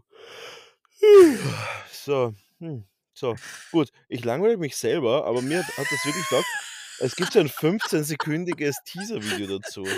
So, hm, so, gut. Ich langweile mich selber, aber mir hat hat das wirklich taugt. Es gibt so ein fünfzehnsekündiges Teaser-Video dazu.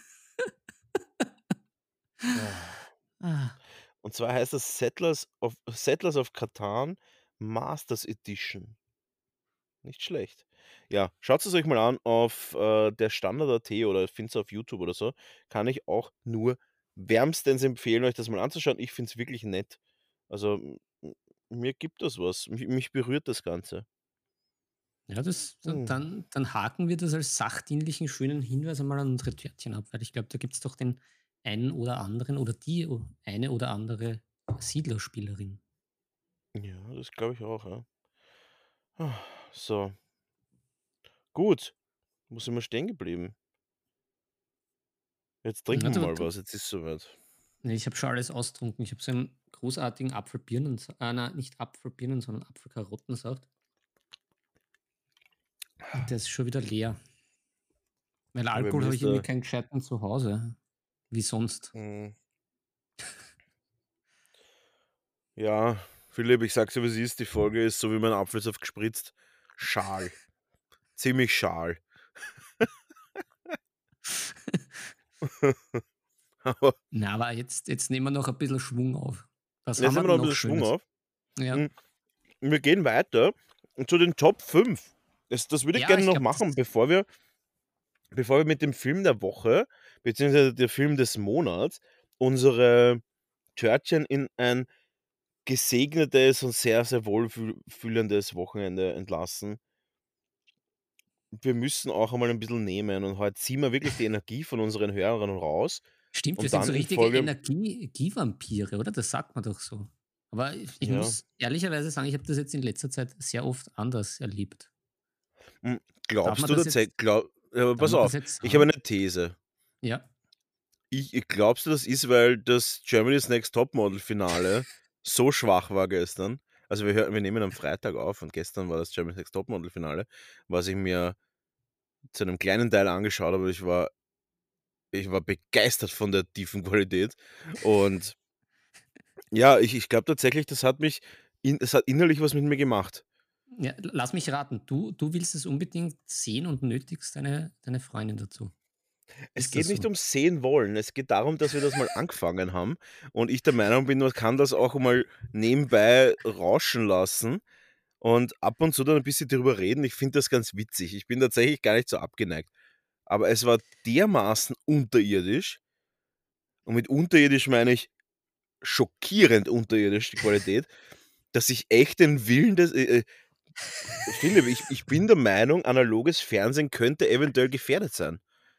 Ah. Ah. Und zwar heißt das Settlers of Settlers of Catan Masters Edition. Nicht schlecht. Ja, schaut es euch mal an auf, äh, der Standard Punkt at oder findet's auf YouTube oder so. Kann ich auch nur wärmstens empfehlen, euch das mal anzuschauen. Ich finde es wirklich nett. Also, m m mir gibt das was. Mich mich berührt das Ganze. Ja, das dann Mhm. dann dann haken wir das als sachdienlichen schönen Hinweis einmal an unsere Törtchen ab, weil ich glaube, da gibt's doch den einen oder anderen oder die o eine oder andere Siedlerspielerin. Ja, das glaube ich auch, ja. So. Gut, wo sind wir stehen geblieben? Jetzt Ja, trinken wir du mal du was, jetzt ist soweit. ne, ich habe schon alles austrunken. Ich habe so einen großartigen Apfelbirnen äh, na, nicht Apfelbirnen, sondern Apfelkarottensaft. Und der ist schon wieder leer. Weil Ja, bei Alkohol mir habe ist ich irgendwie der keinen gescheiten zu Hause, wie sonst. hm, ja, Philipp, ich sag's dir, wie es ist, die Folge ist so wie mein Apfelsaft gespritzt. Schal. Ziemlich schal. Aber Na, aber jetzt jetzt nehmen wir noch ein bisschen Schwung auf. Was jetzt haben wir nehmen wir denn noch 'n noch bisschen Schwung Schönes? auf. Ja. Hm, wir gehen weiter zu den Top fünf. Das das würde ich Ja, gerne ich noch glaube, machen, das bevor wir bevor wir mit dem Film der Woche, beziehungsweise der Film des Monats, unsere Törtchen in ein gesegnetes und sehr, sehr wohlfühl fühlendes Wochenende entlassen. Wir müssen auch einmal ein bisschen nehmen und heute ziehen wir wirklich die Energie von unseren Hörern raus, stimmt, um wir sind dann so in richtige Folge Energie-Vampire, oder? Das sagt man doch so. Aber ich ich ja, muss ehrlicherweise sagen, ich habe das jetzt in letzter Zeit sehr oft anders erlebt. hm, Darf glaubst man du das tatsächlich? jetzt glau ja, darf pass man das auf, jetzt ich habe sagen? eine These. Ja. Ich ich glaubst du, das ist, weil das Germany's Next Topmodel-Finale so schwach war gestern? Also, wir hör wir nehmen am Freitag auf und gestern war das Germany's Next Topmodel-Finale, was ich mir zu einem kleinen Teil angeschaut habe. Ich war ich war begeistert von der tiefen Qualität und ja, ich ich glaube tatsächlich, das hat mich in es hat innerlich was mit mir gemacht. Ja, lass mich raten, du du willst es unbedingt sehen und nötigst deine deine Freundin dazu. Es Ist geht das nicht so? ums Sehen wollen. Es geht darum, dass wir das mal angefangen haben und ich der Meinung bin, man kann das auch mal nebenbei rauschen lassen und ab und zu dann ein bisschen drüber reden. Ich finde das ganz witzig. Ich bin tatsächlich gar nicht so abgeneigt. Aber es war dermaßen unterirdisch und mit unterirdisch meine ich schockierend unterirdisch, die Qualität, dass ich echt den Willen des äh, äh, Philipp, ich ich bin der Meinung, analoges Fernsehen könnte eventuell gefährdet sein.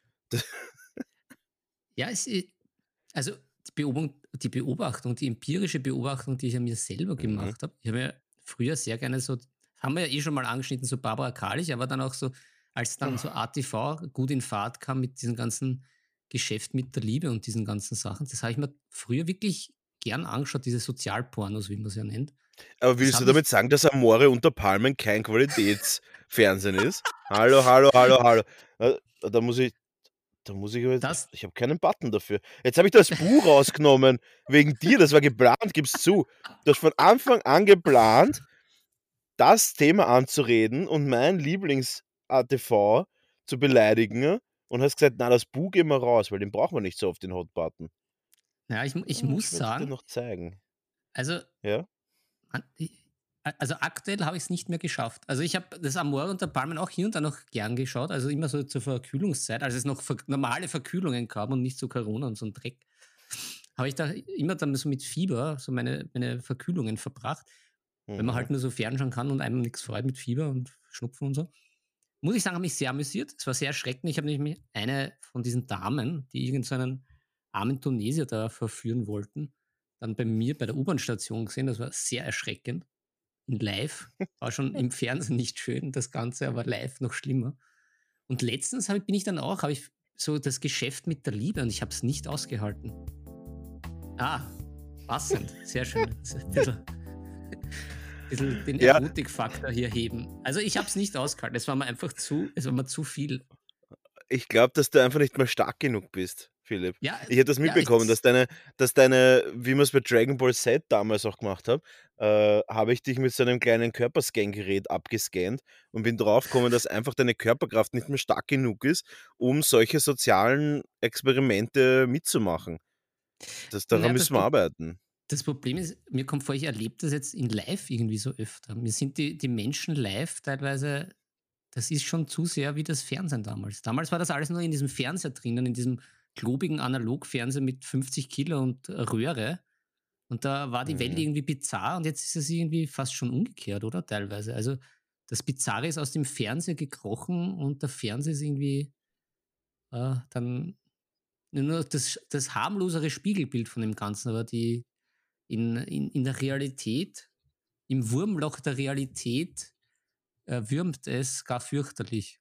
Ja, es i also, die Beobung die Beobachtung, die empirische Beobachtung, die ich an mir selber Mhm. gemacht habe, ich habe ja früher sehr gerne so, haben wir ja eh schon mal angeschnitten, so Barbara Karlich, aber dann auch so, als dann so A T V gut in Fahrt kam mit diesem ganzen Geschäft mit der Liebe und diesen ganzen Sachen, das habe ich mir früher wirklich gern angeschaut, diese Sozialpornos, wie man es ja nennt. Aber Das willst du hat mich damit sagen, dass Amore unter Palmen kein Qualitätsfernsehen ist? Hallo, hallo, hallo, hallo. Äh, da muss ich Da muss ich aber jetzt ich Das ich habe keinen Button dafür. Jetzt habe ich das Buch rausgenommen wegen dir, das war geplant, gib's zu. Du hast von Anfang an geplant, das Thema anzureden und mein Lieblings-A T V zu beleidigen und hast gesagt: „Na, das Buch geben wir raus, weil den brauchen wir nicht so oft, den Hot Button.“ ja, ich mu ich Ah, ich muss werde es dir sagen, noch zeigen. also, Ja? an i a also, aktuell habe ich's nicht mehr geschafft. Also, ich habe das Amore unter Palmen auch hier und da noch gern geschaut, also, immer so zur Verkühlungszeit, als es noch verk normale Verkühlungen gab und nicht so Corona und so 'n Dreck, habe ich da immer dann so mit Fieber so meine meine Verkühlungen verbracht, wenn man Mhm. halt nur so fernschauen kann und einem nix freut mit Fieber und Schnupfen und so. Muss ich sagen, hat mich sehr amüsiert. Es war sehr erschreckend. Ich habe nämlich eine von diesen Damen, die irgend so einen armen Tunesier da verführen wollten, dann bei mir bei der U-Bahn-Station gesehen. Das war sehr erschreckend. In live. War schon im Fernsehen nicht schön, das Ganze, aber live noch schlimmer. Und letztens habe ich bin ich dann auch habe ich so das Geschäft mit der Liebe und ich habe es nicht ausgehalten. Ah, passend. Sehr schön. Das ist ein bisschen bisschen den Ja, Erotikfaktor hier heben. Also, ich habe es nicht ausgehalten. Es war mir einfach zu es war mir zu viel. ich glaube, dass du einfach nicht mehr stark genug bist, Philipp. Ja, Ich habe das ja, mitbekommen, dass es deine dass deine wie man's bei Dragon Ball Z damals auch gemacht habe, äh, habe ich dich mit so einem kleinen Körperscan-Gerät abgescannt und bin draufgekommen, dass einfach deine Körperkraft nicht mehr stark genug ist, um solche sozialen Experimente mitzumachen. Das na daran ja, das müssen wir Pro arbeiten. das Problem ist, mir kommt vor, ich erlebe das jetzt in live irgendwie so öfter. Mir sind die die Menschen live teilweise das ist schon zu sehr wie das Fernsehen damals. Damals war das alles nur in diesem Fernseher drinnen, in diesem klobigen Analogfernseher mit fünfzig Kilo und äh, Röhre. Und da war die Welt Mhm. irgendwie bizarr und jetzt ist es irgendwie fast schon umgekehrt, oder? Teilweise. Also, das Bizarre ist aus dem Fernseher gekrochen und der Fernseher ist irgendwie, äh, dann nur das das harmlosere Spiegelbild von dem Ganzen, aber die in in in der Realität im Wurmloch der Realität, äh, würmt es gar fürchterlich.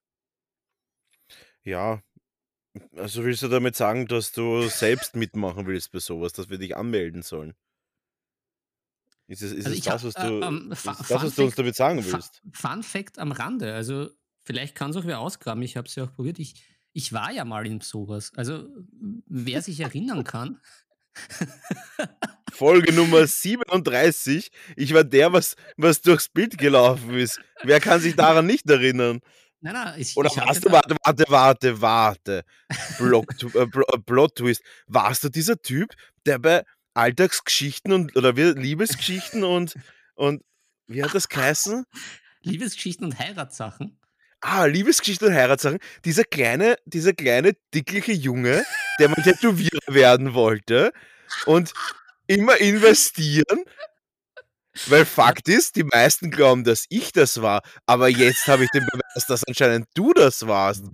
Ja, also willst du damit sagen, dass du selbst mitmachen willst bei so was, dass wir dich anmelden sollen? Ist es ist Also, es ich habe das, was äh, du ähm, Fu ist es das, Fun was du uns Fact damit sagen Fu willst? Fun Fact am Rande, also, vielleicht kann's auch wer ausgraben, ich habe es ja auch probiert. Ich ich war ja mal in sowas. Also, w wer sich erinnern kann Folge Nummer siebenunddreißig. Ich war der, was was durchs Bild gelaufen ist. Wer kann sich daran nicht erinnern? nein, nein, ich Oder ich hatte warst du da warte, warte, warte, warte. Block t äh, Pl äh, Plot Twist. Warst du dieser Typ, der bei Alltagsgeschichten und oder wie Liebesgeschichten und und wie hat das geheißen? Liebesgeschichten und Heiratssachen. Ah, Liebesgeschichten und Heiratssachen. Dieser kleine dieser kleine, dickliche Junge, der mal Tätowierer werden wollte und immer investieren. Weil Ja, Fakt ist, die meisten glauben, dass ich das war, aber jetzt habe ich den Beweis, dass anscheinend du das warst.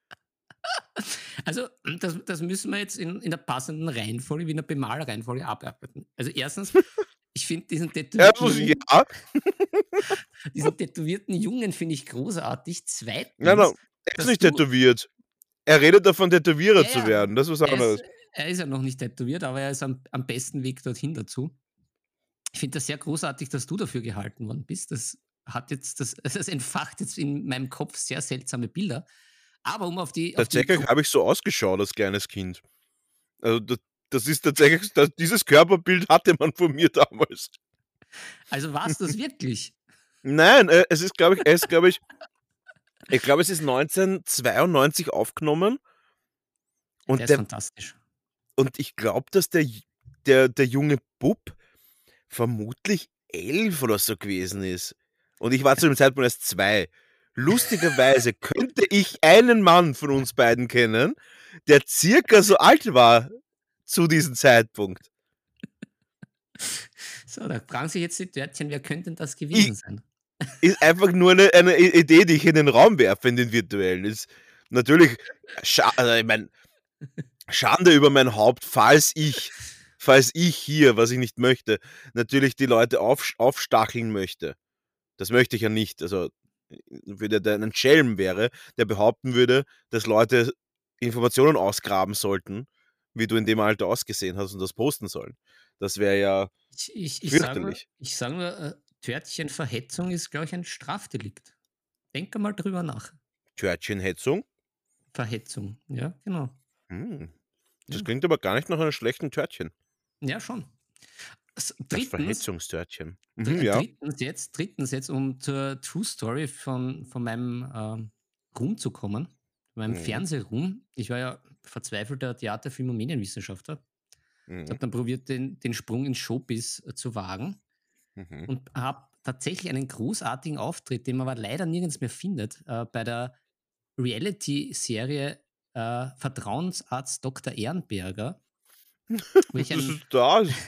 also, das das müssen wir jetzt in in der passenden Reihenfolge, wie in der Bemalreihenfolge abarbeiten. Also, erstens, ich finde diesen tätowierten Erstens Jungen ja, diesen tätowierten Jungen finde ich großartig. nein, Zweitens, nein, er ist dass nicht du tätowiert. Er redet davon, Tätowierer ja, zu ja, werden, das ist was er ist anderes. er ist ja noch nicht tätowiert, aber er ist am am besten Weg dorthin dazu. Ich finde das sehr großartig, dass du dafür gehalten worden bist. Das hat jetzt das das entfacht jetzt in meinem Kopf sehr seltsame Bilder. Aber um auf die auf die Tatsächlich Gru habe ich so ausgeschaut als kleines Kind. Also, da das ist tatsächlich das dieses Körperbild hatte man von mir damals. also war's das wirklich? Nein, äh, es ist, glaube ich er ist, glaube ich ich glaube, es ist neunzehnhundertzweiundneunzig aufgenommen Der und ist der fantastisch. und ich glaube, dass der j der der junge Bub vermutlich elf oder so gewesen ist. Und ich war zu dem Zeitpunkt erst zwei. Lustigerweise könnte ich einen Mann von uns beiden kennen, der circa so alt war zu diesem Zeitpunkt. So, da fragen sich jetzt die Törtchen, wer könnte denn das I gewesen sein? ist einfach nur eine eine I Idee, die ich in den Raum werfe, in den virtuellen. Ist natürlich scha also, ich meine, Schande über mein Haupt, falls ich falls ich hier, was ich nicht möchte, natürlich die Leute aufsch aufstacheln möchte. Das möchte ich ja nicht. Also, würde der ein Schelm wäre, der behaupten würde, dass Leute Informationen ausgraben sollten, wie du in dem Alter ausgesehen hast und das posten sollen. Das wäre ja Ich ich ich sage nur fürchterlich. ich sage nur, äh, Törtchenverhetzung ist, glaube ich, ein Strafdelikt. Denk einmal drüber nach. Törtchenhetzung? Verhetzung. Ja, genau. Hm. Das Ja, klingt aber gar nicht nach einem schlechten Törtchen. ja schon. S Das drittens Verhetzungstörtchen. dr Mhm, äh, ja. drittens jetzt drittens jetzt, um zur True Story von von meinem, ähm, Ruhm zu kommen, meinem Mhm, Fernsehruhm. Ich war ja verzweifelter Theater-, Film- und Medienwissenschaftler. Ich mhm, habe dann probiert, den den Sprung ins Showbiz, äh, zu wagen mhm. und habe tatsächlich einen großartigen Auftritt, den man aber leider nirgends mehr findet, äh, bei der Reality-Serie, äh, Vertrauensarzt Doktor Ehrenberger, wo ich Das einen ist das.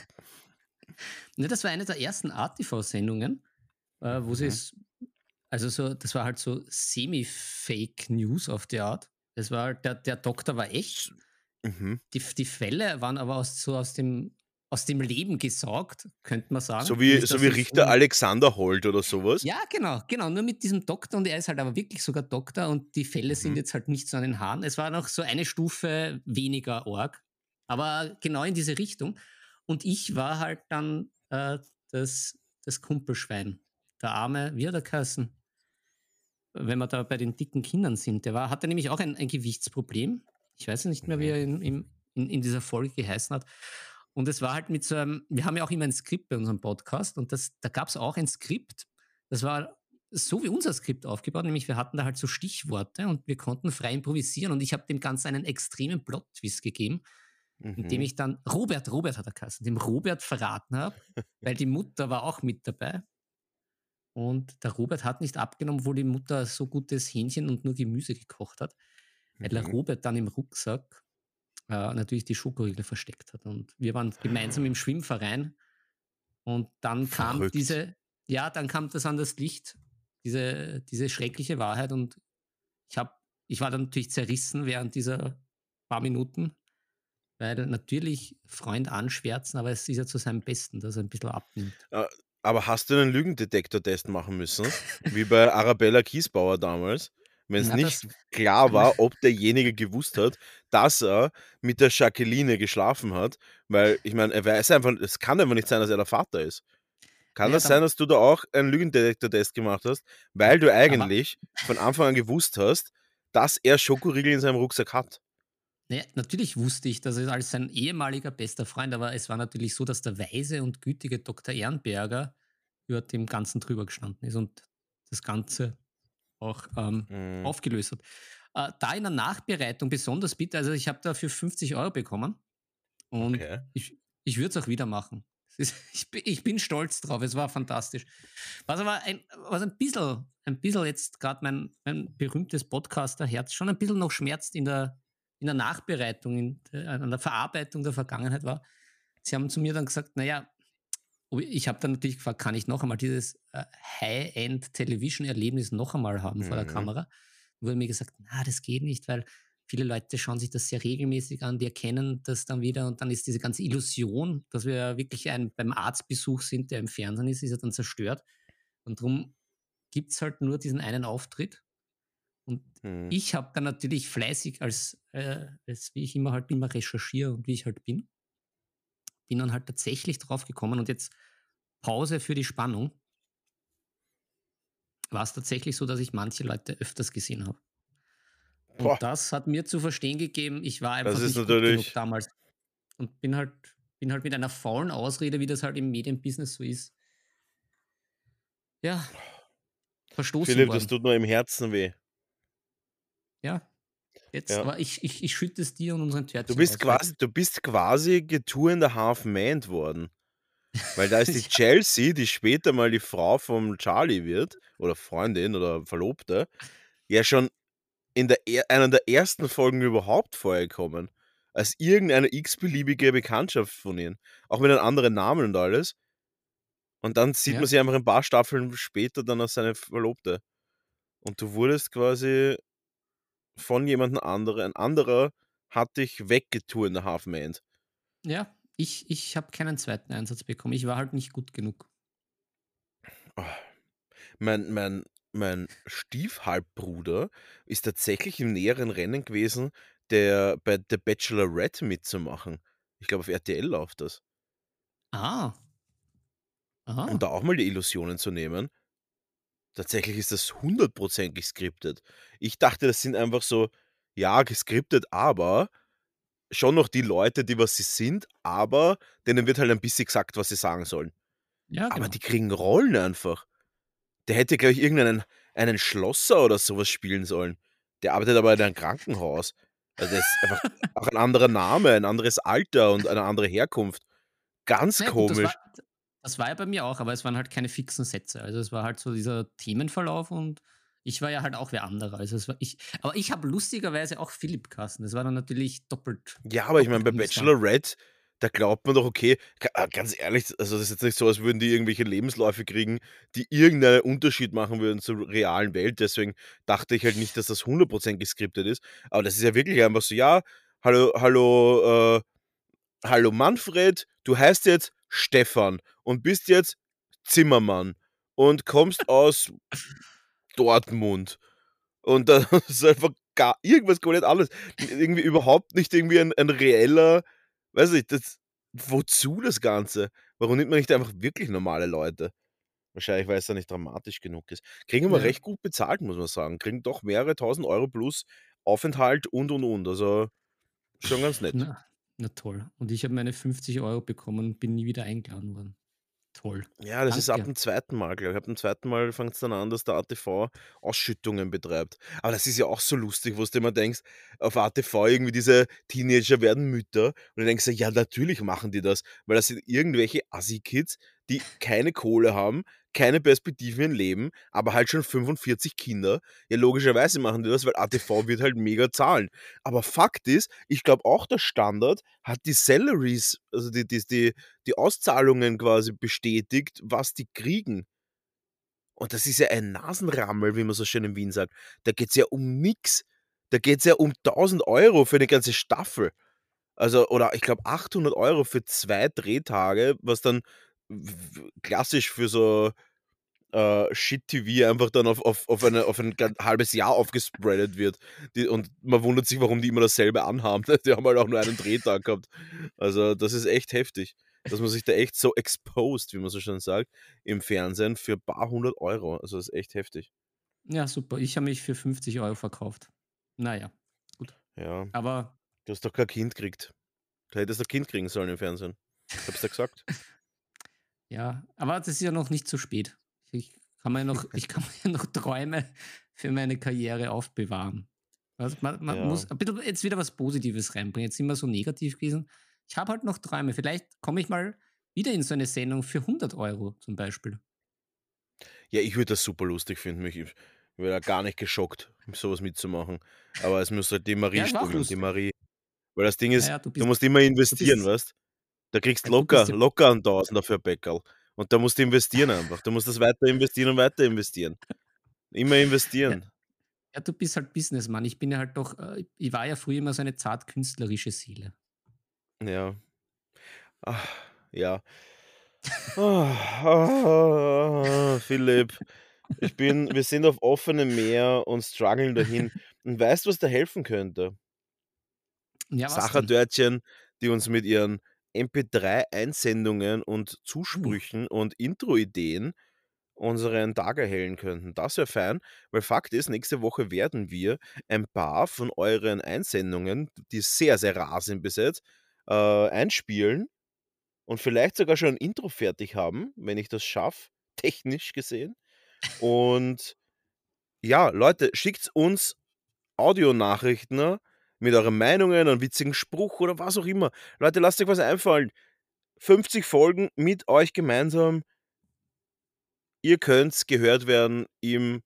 ne, das war eine der ersten Art T V-Sendungen, äh, wo Mhm. sie's also so das war halt so Semi-Fake News auf die Art. Das war halt der der Doktor war echt. S mhm. Die die Fälle waren aber aus so aus dem aus dem Leben gesaugt, könnte man So sagen. wie Nicht, so dass wie es Richter um Alexander Holt oder sowas. ja, genau, genau, nur mit diesem Doktor und er ist halt aber wirklich sogar Doktor und die Fälle sind Mhm. jetzt halt nicht so an den Haaren. Es war noch so eine Stufe weniger Org, aber genau in diese Richtung. Und ich war halt dann, äh, das das Kumpelschwein. Der Arme, wie hat er geheißen? Wenn wir da bei den dicken Kindern sind. Der war hatte nämlich auch ein ein Gewichtsproblem. Ich weiß ja nicht mehr, wie Mhm. er in im in in dieser Folge geheißen hat. Und es war halt mit so einem wir haben ja auch immer ein Skript bei unserem Podcast und das da gab's auch ein Skript. Das war so wie unser Skript aufgebaut, nämlich wir hatten da halt so Stichworte und wir konnten frei improvisieren und ich habe dem Ganzen einen extremen Plot-Twist gegeben, indem Mhm. ich dann Robert Robert hat er geheißen, dem Robert verraten habe, weil die Mutter war auch mit dabei und der Robert hat nicht abgenommen, obwohl die Mutter so gutes Hähnchen und nur Gemüse gekocht hat, weil der Mhm. Robert dann im Rucksack, äh, natürlich die Schokoriegel versteckt hat. Und wir waren gemeinsam im Schwimmverein und dann kam Verrückt. diese ja, dann kam das an das Licht, diese diese schreckliche Wahrheit und ich habe ich war dann natürlich zerrissen während dieser paar Minuten, weil natürlich Freund anschwärzen, aber es ist ja zu seinem Besten, dass er ein bisschen abnimmt. Äh, aber hast du einen Lügendetektortest machen müssen, wie bei Arabella Kiesbauer damals, wenn's Na, nicht das klar war, ob derjenige gewusst hat, dass er mit der Jacqueline geschlafen hat? Weil ich meine, er weiß einfach es kann einfach nicht sein, dass er der Vater ist. Kann na ja, das sein, dann dass du da auch einen Lügendetektortest gemacht hast, weil du aber eigentlich von Anfang an gewusst hast, dass er Schokoriegel in seinem Rucksack hat? na ja, natürlich wusste ich, dass es als sein ehemaliger bester Freund, aber es war natürlich so, dass der weise und gütige Doktor Ehrenberger über dem Ganzen drüber gestanden ist und das Ganze auch, ähm, Mhm, aufgelöst hat. Äh, da in der Nachbereitung besonders bitter also, ich habe dafür fünfzig Euro bekommen und okay. ich ich würde es auch wieder machen. Es ist ich bi ich bin stolz drauf, es war fantastisch. Was aber ein was ein bisschen ein bisschen jetzt gerade mein mein berühmtes Podcaster-Herz schon ein bisschen noch schmerzt in der in der Nachbereitung, in der an der Verarbeitung der Vergangenheit war. Sie haben zu mir dann gesagt: „Na ja“, ob ich habe dann natürlich gefragt: „Kann ich noch einmal dieses, äh, High-End-Television-Erlebnis noch einmal haben vor der Mhm, Kamera?“ Wurde mir gesagt: „Na, das geht nicht, weil viele Leute schauen sich das sehr regelmäßig an, die erkennen das dann wieder und dann ist diese ganze Illusion, dass wir ja wirklich ein beim Arztbesuch sind, der im Fernsehen ist, ist ja dann zerstört. Und darum gibt's halt nur diesen einen Auftritt.“ Und mhm. ich habe dann natürlich fleißig als, äh als wie ich immer halt immer recherchiere und wie ich halt bin, bin dann halt tatsächlich drauf gekommen und jetzt Pause für die Spannung, war es tatsächlich so, dass ich manche Leute öfters gesehen habe. Boah, Und das hat mir zu verstehen gegeben, ich war das einfach ist nicht gut genug natürlich damals und bin halt bin halt mit einer faulen Ausrede, wie das halt im Medienbusiness so ist, ja, verstoßen Philipp, das worden. tut mir im Herzen weh. Ja, jetzt Ja. aber ich ich ich schütte es dir und unseren Du Törtchen bist aus, weil quasi du bist quasi Two and a Half Men worden, weil da ist die ja, Chelsea, die später mal die Frau vom Charlie wird oder Freundin oder Verlobte, ja schon in der er einer der ersten Folgen überhaupt vorgekommen, als irgendeine x-beliebige Bekanntschaft von ihnen, auch mit einem anderen Namen und alles. Und dann sieht man ja, sie einfach ein paar Staffeln später dann als seine Verlobte. Und du wurdest quasi von jemandem anderen ein anderer hat dich wegge-Two and a Half Men'd. ja, ich ich habe keinen zweiten Einsatz bekommen. Ich war halt nicht gut genug. Ah, mein mein mein Stiefhalbbruder ist tatsächlich im näheren Rennen gewesen, der bei The Bachelorette mitzumachen. Ich glaube, auf R T L läuft das. Ah, Um aha, da auch mal die Illusionen zu nehmen. Tatsächlich ist das hundertprozentig geskriptet. Ich dachte, das sind einfach so Ja, geskriptet, aber schon noch die Leute, die was sie sind, aber denen wird halt ein bisschen gesagt, was sie sagen sollen. Ja, Aber genau. die kriegen Rollen einfach. Der hätte, glaube ich, irgendeinen einen Schlosser oder so was spielen sollen. Der arbeitet aber in einem Krankenhaus. Also, der ist einfach auch ein anderer Name, ein anderes Alter und eine andere Herkunft. Ganz Na ja, gut, das komisch. war das war ja bei mir auch, aber es waren halt keine fixen Sätze. Also, es war halt so dieser Themenverlauf und ich war ja halt auch wer anderer. Also, es war ich aber ich habe lustigerweise auch Philipp geheißen. Das war dann natürlich doppelt Ja, aber ich meine, doppelt bei amüsant. Bachelorette, da glaubt man doch, okay, ga ah, ganz ehrlich, also, das ist jetzt nicht so, als würden die irgendwelche Lebensläufe kriegen, die irgendeinen Unterschied machen würden zur realen Welt. Deswegen dachte ich halt nicht, dass das hundert Prozent geskriptet ist. Aber das ist ja wirklich einfach so: „Ja, hallo hallo, äh hallo Manfred, du heißt jetzt Stefan und bist jetzt Zimmermann und kommst aus Dortmund.“ Und dann ist einfach gar irgendwas komplett anderes. Irgendwie überhaupt nicht irgendwie ein ein reeller, weiß nicht, das wozu das Ganze? Warum nimmt man nicht einfach wirklich normale Leute? Wahrscheinlich, weil's da nicht dramatisch genug ist. Kriegen aber Ja, recht gut bezahlt, muss man sagen. Kriegen doch mehrere tausend Euro plus Aufenthalt und, und, und. Also, schon ganz nett. na na toll. Und ich habe meine fünfzig Euro bekommen und bin nie wieder eingeladen worden. Toll. Ja, das ist ab Danke. dem zweiten Mal, glaube ich. Ab dem zweiten Mal fängt's dann an, dass der A T V Ausschüttungen betreibt. Aber das ist ja auch so lustig, wo's dir immer denkst, auf A T V irgendwie diese Teenager werden Mütter und du denkst dir: „Ja, natürlich machen die das“, weil das sind irgendwelche Assi-Kids, die keine Kohle haben, keine Perspektive im Leben, aber halt schon fünfundvierzig Kinder. Ja, logischerweise machen die das, weil A T V wird halt mega zahlen. Aber Fakt ist, ich glaube auch der Standard hat die Salaries, also die die die die Auszahlungen quasi bestätigt, was die kriegen. Und das ist ja ein Nasenrammel, wie man so schön in Wien sagt. Da geht's ja um nix. Da geht's ja um tausend Euro für 'ne ganze Staffel. Also oder ich glaube achthundert Euro für zwei Drehtage, was dann w w klassisch für so, äh, Shit-T V einfach dann auf auf auf eine auf ein gan halbes Jahr aufgespreadet wird. Die und man wundert sich, warum die immer dasselbe anhaben. Die haben halt auch nur einen Drehtag gehabt. Also, das ist echt heftig, dass man sich da echt so exposed, wie man so schön sagt, im Fernsehen für paar hundert Euro. Also, das ist echt heftig. Ja, super. Ich habe mich für fünfzig Euro verkauft. Na ja, gut. Ja, Aber du hast doch kein Kind gekriegt. Du hättest ein Kind kriegen sollen im Fernsehen. Ich habe es dir gesagt. ja, aber das ist ja noch nicht zu spät. Ich kann mir noch ich kann mir noch Träume für meine Karriere aufbewahren. Also, man man Ja. muss ein bisschen jetzt wieder was Positives reinbringen. Jetzt sind wir so negativ gewesen. Ich habe halt noch Träume. Vielleicht komme ich mal wieder in so eine Sendung für hundert Euro zum Beispiel. Ja, ich würde das super lustig finden. Ich ich wäre da gar nicht geschockt, so was mitzumachen. Aber es muss halt die Ja, Marie es war auch stimmen. Die lustig. Marie, weil das Ding Ja, ist, ja, du du bist musst immer du investieren, bist weißt? Da kriegst ja, du bist locker ja locker einen Tausender für ein Bäckerl. Und da musst du investieren einfach. Du musst das weiter investieren und weiter investieren. Immer ja, investieren. ja, du bist halt Businessmann. Ich bin ja halt doch äh, ich war ja früher immer so eine zart künstlerische Seele. Ja. Ah, ja. Ah, ah, Philipp, ich bin wir sind auf offenem Meer und struggeln dahin. Und weißt du, was da helfen könnte? Ja, was denn? Sachertörtchen, die uns mit ihren M P drei Einsendungen und Uh, Zusprüchen und Intro-Ideen unseren Tag erhellen könnten. Das wäre fein, weil Fakt ist, nächste Woche werden wir ein paar von euren Einsendungen, die sehr, sehr rar sind bis jetzt, äh, einspielen und vielleicht sogar schon ein Intro fertig haben, wenn ich das schaffe, technisch gesehen. Und ja, Leute, schickt uns Audionachrichten, ne, mit euren Meinungen, 'n witzigen Spruch oder was auch immer. Leute, lasst euch was einfallen. fünfzig Folgen mit euch gemeinsam. Ihr könnt gehört werden im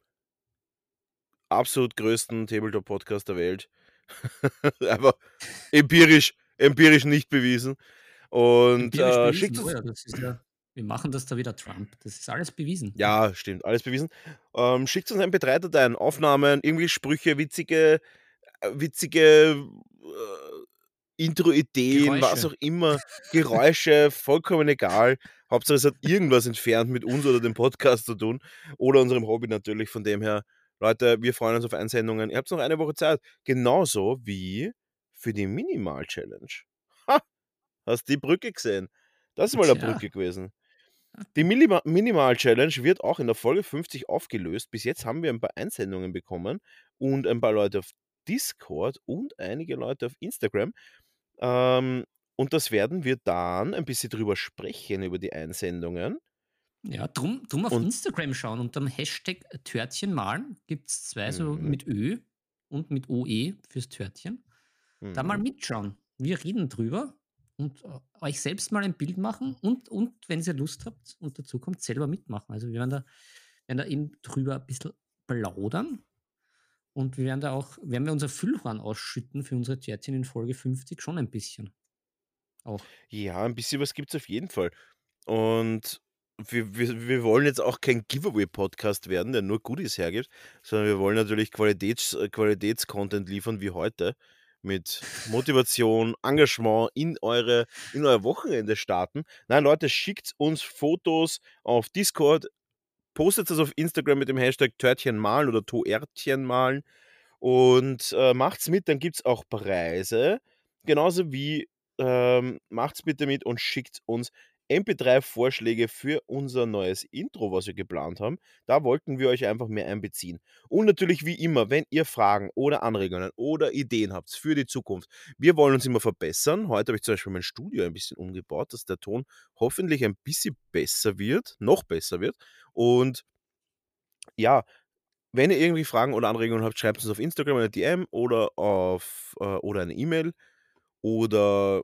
absolut größten Tabletop-Podcast der Welt. Aber empirisch empirisch nicht bewiesen. Und, empirisch äh, schickt bewiesen. Oh uns ja, das ist ja wir machen das da wieder Trump. Das ist alles bewiesen. ja, stimmt, alles bewiesen. Ähm, schickt uns M P drei Dateien, Aufnahmen, irgendwie Sprüche, witzige äh, witzige, äh, Intro-Ideen, was Geräusche. auch immer, Geräusche, vollkommen egal. Hauptsache, es hat irgendwas entfernt mit uns oder dem Podcast zu tun oder unserem Hobby natürlich. Von dem her, Leute, wir freuen uns auf Einsendungen. Ihr habt noch eine Woche Zeit. Genauso wie für die Minimal-Challenge. Ha, hast die Brücke gesehen? Das ist mal 'ne Tja, Brücke gewesen. Die Millima Minimal-Challenge wird auch in der Folge fünfzig aufgelöst. Bis jetzt haben wir ein paar Einsendungen bekommen und ein paar Leute auf Discord und einige Leute auf Instagram. Ähm, und das werden wir dann ein bisschen drüber sprechen, über die Einsendungen. Ja, drum, drum auf Und Instagram schauen und am Hashtag Törtchen malen gibt es zwei, so mhm, mit Ö und mit O E fürs Törtchen. Da mal mhm. mitschauen. Wir reden drüber und äh, euch selbst mal ein Bild machen und, und wenn ihr Lust habt und dazu kommt, selber mitmachen. Also wir werden da, werden da eben drüber ein bisschen plaudern und wir werden da auch, werden wir unser Füllhorn ausschütten für unsere Törtchen in Folge fünfzig schon ein bisschen auch. Ja, ein bisschen was gibt's auf jeden Fall. Und wir wir wir wollen jetzt auch kein Giveaway-Podcast werden, der nur Goodies hergibt, sondern wir wollen natürlich Qualitäts äh, Qualitätscontent liefern wie heute mit Motivation, Engagement in eure in euer Wochenende starten. Nein, Leute, schickt uns Fotos auf Discord, postet das auf Instagram mit dem Hashtag Törtchenmalen oder Toärtchenmalen und, äh, macht's mit, dann gibt's auch Preise. Genauso wie, ähm, macht's bitte mit und schickt uns M P drei Vorschläge für unser neues Intro, was wir geplant haben. Da wollten wir euch einfach mehr einbeziehen. Und natürlich wie immer, wenn ihr Fragen oder Anregungen oder Ideen habt für die Zukunft. Wir wollen uns immer verbessern. Heute habe ich zum Beispiel mein Studio ein bisschen umgebaut, dass der Ton hoffentlich ein bisschen besser wird, noch besser wird. Und ja, wenn ihr irgendwie Fragen oder Anregungen habt, schreibt uns auf Instagram eine D M oder auf äh, oder eine E-Mail oder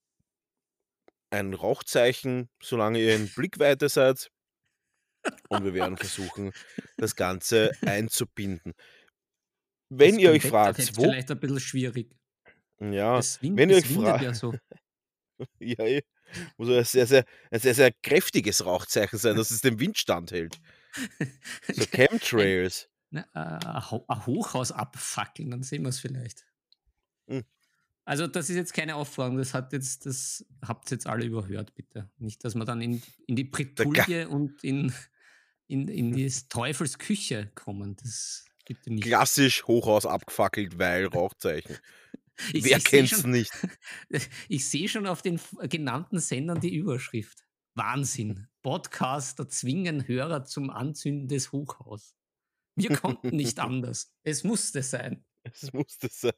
ein Rauchzeichen, solange ihr in Blickweite seid und wir werden versuchen, das Ganze einzubinden. Wenn Das ihr euch komplett wird fragt, jetzt wo vielleicht ein bisschen schwierig. ja, Es, wind, wenn ihr euch es windet fragt, ja so. ja, eh, muss ein sehr, sehr ein sehr, sehr kräftiges Rauchzeichen sein, dass es den Wind standhält. So ein, Chemtrails. ne, äh, ein Ho- ein Hochhaus abfackeln, dann sehen wir es vielleicht. Hm, Also, das ist jetzt keine Aufforderung, das hat jetzt das habt jetzt alle überhört, bitte. Nicht, dass wir dann in in die der Ga Bretouille und in in in des Teufels Küche kommen. Das bitte nicht. klassisch Hochhaus abgefackelt, weil Rauchzeichen. Ich Wer ich sehe kennt's schon nicht? ich sehe schon auf den f genannten Sendern die Überschrift. Wahnsinn. Podcaster zwingen Hörer zum Anzünden des Hochhaus. Wir konnten nicht anders. Es musste sein. Es musste sein.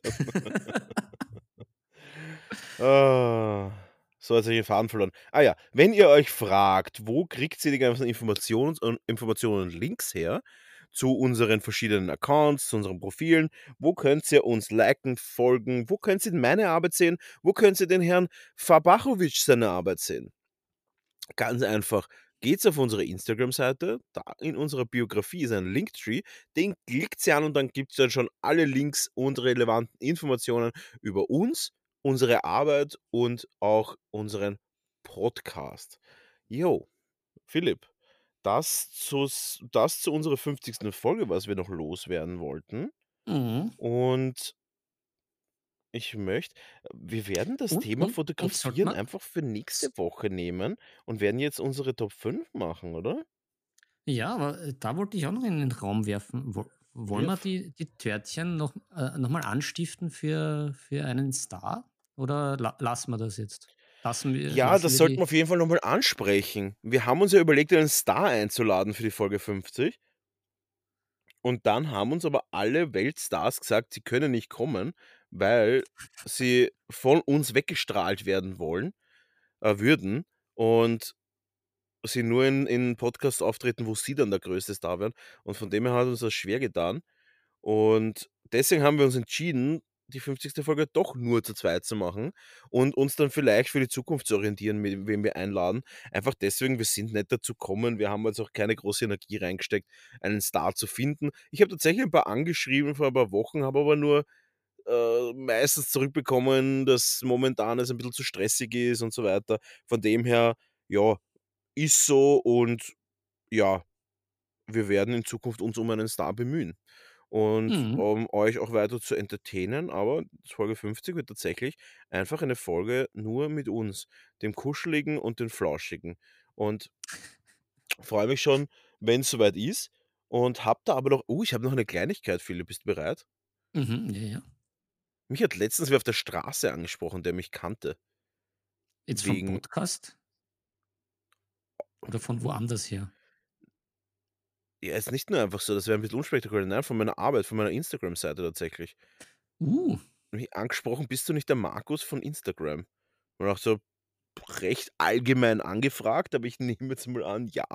Ah, so, jetzt habe ich den Faden verloren. Ah ja, wenn ihr euch fragt, wo kriegt ihr die ganzen Informationen und Informationen und Links her zu unseren verschiedenen Accounts, zu unseren Profilen, wo könnt ihr uns liken, folgen, wo könnt ihr meine Arbeit sehen, wo könnt ihr den Herrn Fabachowitsch seine Arbeit sehen? Ganz einfach, geht's auf unsere Instagram-Seite, da in unserer Biografie ist ein Linktree, den klickt ihr an und dann gibt's dann schon alle Links und relevanten Informationen über uns, unsere Arbeit und auch unseren Podcast. Jo, Philipp, das zus das zu unserer fünfzigsten Folge, was wir noch loswerden wollten. Mhm. Und ich möchte wir werden das Und Thema und und sollte Fotografieren man einfach für nächste s Woche nehmen und werden jetzt unsere Top fünf machen, oder? ja, aber, äh, da wollte ich auch noch in den Raum werfen. Wo wollen wir Wirf. die die Törtchen noch äh, noch mal anstiften für für einen Star oder la lassen wir das jetzt? Lassen wir Ja, lassen das wir sollten wir die auf jeden Fall noch mal ansprechen. Wir haben uns ja überlegt, einen Star einzuladen für die Folge fünfzig und dann haben uns aber alle Weltstars gesagt, sie können nicht kommen, weil sie von uns weggestrahlt werden wollen äh, würden und sie nur in in Podcasts auftreten, wo sie dann der größte Star werden. Und von dem her hat uns das schwer getan. Und deswegen haben wir uns entschieden, die fünfzigste Folge doch nur zu zweit zu machen und uns dann vielleicht für die Zukunft zu orientieren, mit wem wir einladen. Einfach deswegen, wir sind nicht dazu gekommen. Wir haben jetzt auch keine große Energie reingesteckt, einen Star zu finden. Ich habe tatsächlich ein paar angeschrieben vor ein paar Wochen, habe aber nur äh, meistens zurückbekommen, dass momentan es ein bisschen zu stressig ist und so weiter. Von dem her, ja, ist so und ja, wir werden in Zukunft uns um einen Star bemühen und mhm, um euch auch weiter zu entertainen, aber Folge fünfzig wird tatsächlich einfach eine Folge nur mit uns, dem Kuscheligen und den Flauschigen. Und freue mich schon, wenn es soweit ist und habe da aber noch oh, ich habe noch eine Kleinigkeit, Philipp, bist du bereit? mhm, ja, ja. Mich hat letztens wer auf der Straße angesprochen, der mich kannte, Jetzt vom wegen Podcast oder von woanders her? ja, ist nicht nur einfach so, das wäre ein bisschen unspektakulär, nein, von meiner Arbeit, von meiner Instagram-Seite tatsächlich. Uh, Mich angesprochen: „Bist du nicht der Markus von Instagram?“ Und auch so recht allgemein angefragt, aber ich nehme jetzt mal an, ja.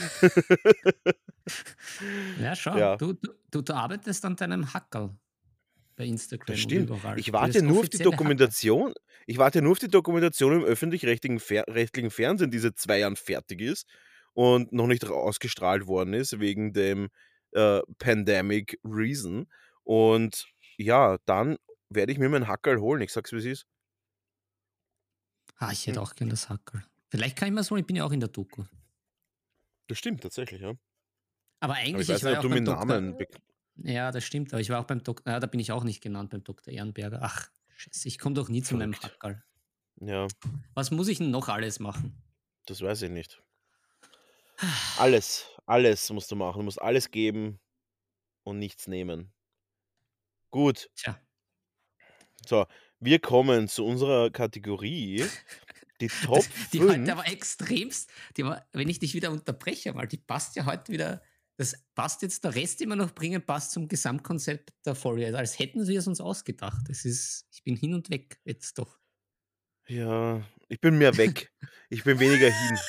ja, schau, Ja, du, du, du, du arbeitest an deinem Hackerl bei das Instagram und stimmt. überall. Ich Du warte bist der nur auf die offizielle Hacker. Dokumentation ich warte nur auf die Dokumentation im öffentlich-rechtlichen Fer rechtlichen Fernsehen, die seit zwei Jahren fertig ist und noch nicht ausgestrahlt worden ist wegen dem, äh, Pandemic Reason. Und ja, dann werde ich mir meinen Hackerl holen. Ich sage es, wie es ist. Ah, ich Hm, hätte auch gern das Hackerl. Vielleicht kann ich mir so, ich bin ja auch in der Doku. das stimmt tatsächlich, ja. Aber Aber ich eigentlich, ich weiß war nicht, ja ob auch du mir beim 'n Namen Doktor. bek Ja, das stimmt, aber ich war auch beim Doktor. Ja, da bin ich auch nicht genannt beim Doktor Ehrenberger. Ach, scheiße, ich komme doch nie zu meinem verrückt. Hackerl. Ja, Was muss ich denn noch alles machen? das weiß ich nicht. Alles, alles musst du machen. Du musst alles geben und nichts nehmen. Gut, Tja, so, wir kommen zu unserer Kategorie, die das, Top die heute aber fünf. extremst, die war, wenn ich dich wieder unterbreche, weil die passt ja heute wieder, das passt jetzt der Rest, den wir noch bringen, passt zum Gesamtkonzept der Folge. Also als hätten wir es uns ausgedacht. Das ist, ich bin hin und weg jetzt doch. Ja, ich bin mehr weg. Ich bin weniger hin.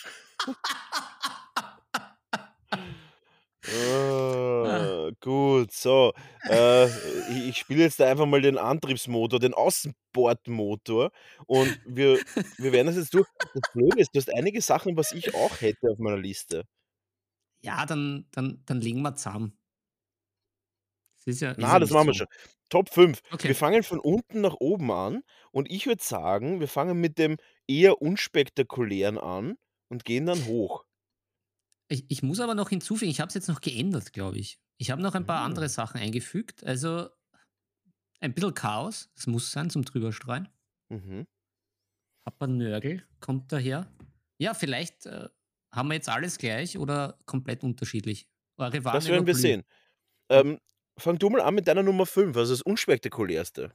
Ah, Äh, gut, so, äh, i ich spiele jetzt da einfach mal den Antriebsmotor, den Außenbordmotor und wir wir werden das jetzt durch. Das Blöde ist, du hast einige Sachen, was ich auch hätte auf meiner Liste. ja, dann, dann, dann legen wir zusammen. Das ist ja, ist Na, ja das nicht machen wir so. schon. Top fünf. Wir Okay. fangen von unten nach oben an und ich würde sagen, wir fangen mit dem eher unspektakulären an und gehen dann hoch. Ich ich muss aber noch hinzufügen, ich habe es jetzt noch geändert, glaube ich. Ich habe noch ein paar andere Mhm. Sachen eingefügt. Also, ein bisschen Chaos, das muss sein zum Drüberstreuen. Mhm. Nörgel kommt daher. Ja, vielleicht, äh, haben wir jetzt alles gleich oder komplett unterschiedlich. Eure waren Das werden wir überblühen. sehen. Ähm, fang du mal an mit deiner Nummer fünf, also das Unspektakulärste.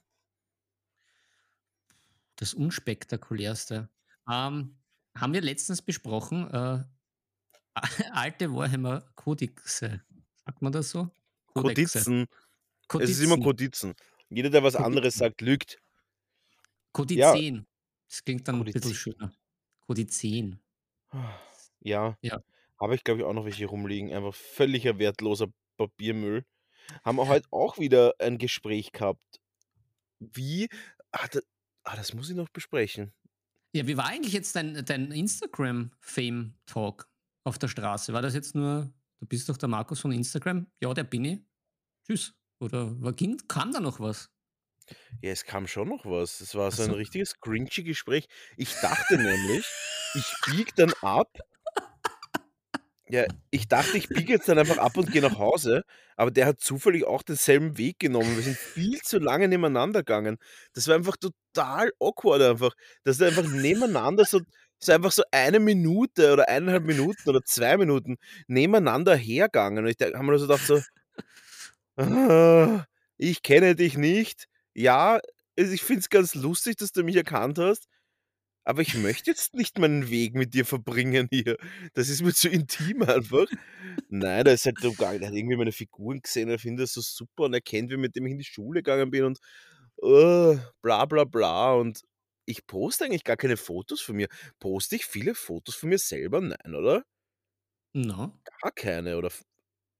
Das Unspektakulärste. Ähm, haben wir letztens besprochen, äh, alte Warhammer-Kodixe. Sagt man das so? Kodexe. Kodizen. Es ist immer Kodizen. Kodizen. Jeder, der was anderes Kodizen. sagt, lügt. Ja, Kodizen. Das klingt dann 'n bisschen Kodizi schöner. Kodizen. ja, Ja. habe ich, glaube ich, auch noch welche rumliegen. Einfach völliger wertloser Papiermüll. Haben wir heute auch wieder ein Gespräch gehabt. Wie ah, da ah, das muss ich noch besprechen. Ja, wie war eigentlich jetzt dein dein Instagram-Fame-Talk auf der Straße? War das jetzt nur: „Du bist doch der Markus von Instagram?“ „Ja, der bin ich. Tschüss.“ Oder war ging kam da noch was? Ja, es kam schon noch was. Es war Ach so ein so. richtiges cringy Gespräch. Ich dachte nämlich, ich biege dann ab ja, ich dachte, ich biege jetzt dann einfach ab und gehe nach Hause, aber der hat zufällig auch denselben Weg genommen. Wir sind viel zu lange nebeneinander gegangen. Das war einfach total awkward einfach, dass er einfach nebeneinander so ist einfach so eine Minute oder eineinhalb Minuten oder zwei Minuten nebeneinander hergegangen und ich da habe mir so gedacht so: „Ah, ich kenne dich nicht. Ja, also, ich finde es ganz lustig, dass du mich erkannt hast, aber ich möchte jetzt nicht meinen Weg mit dir verbringen hier. Das ist mir zu intim einfach.“ Nein, da ist halt drum gegangen, der hat irgendwie meine Figuren gesehen, er findet das so super und er kennt wen, mit dem ich in die Schule gegangen bin und, äh, bla bla bla und ich poste eigentlich gar keine Fotos von mir. Poste ich viele Fotos von mir selber? Nein, oder? Na, Gar keine oder v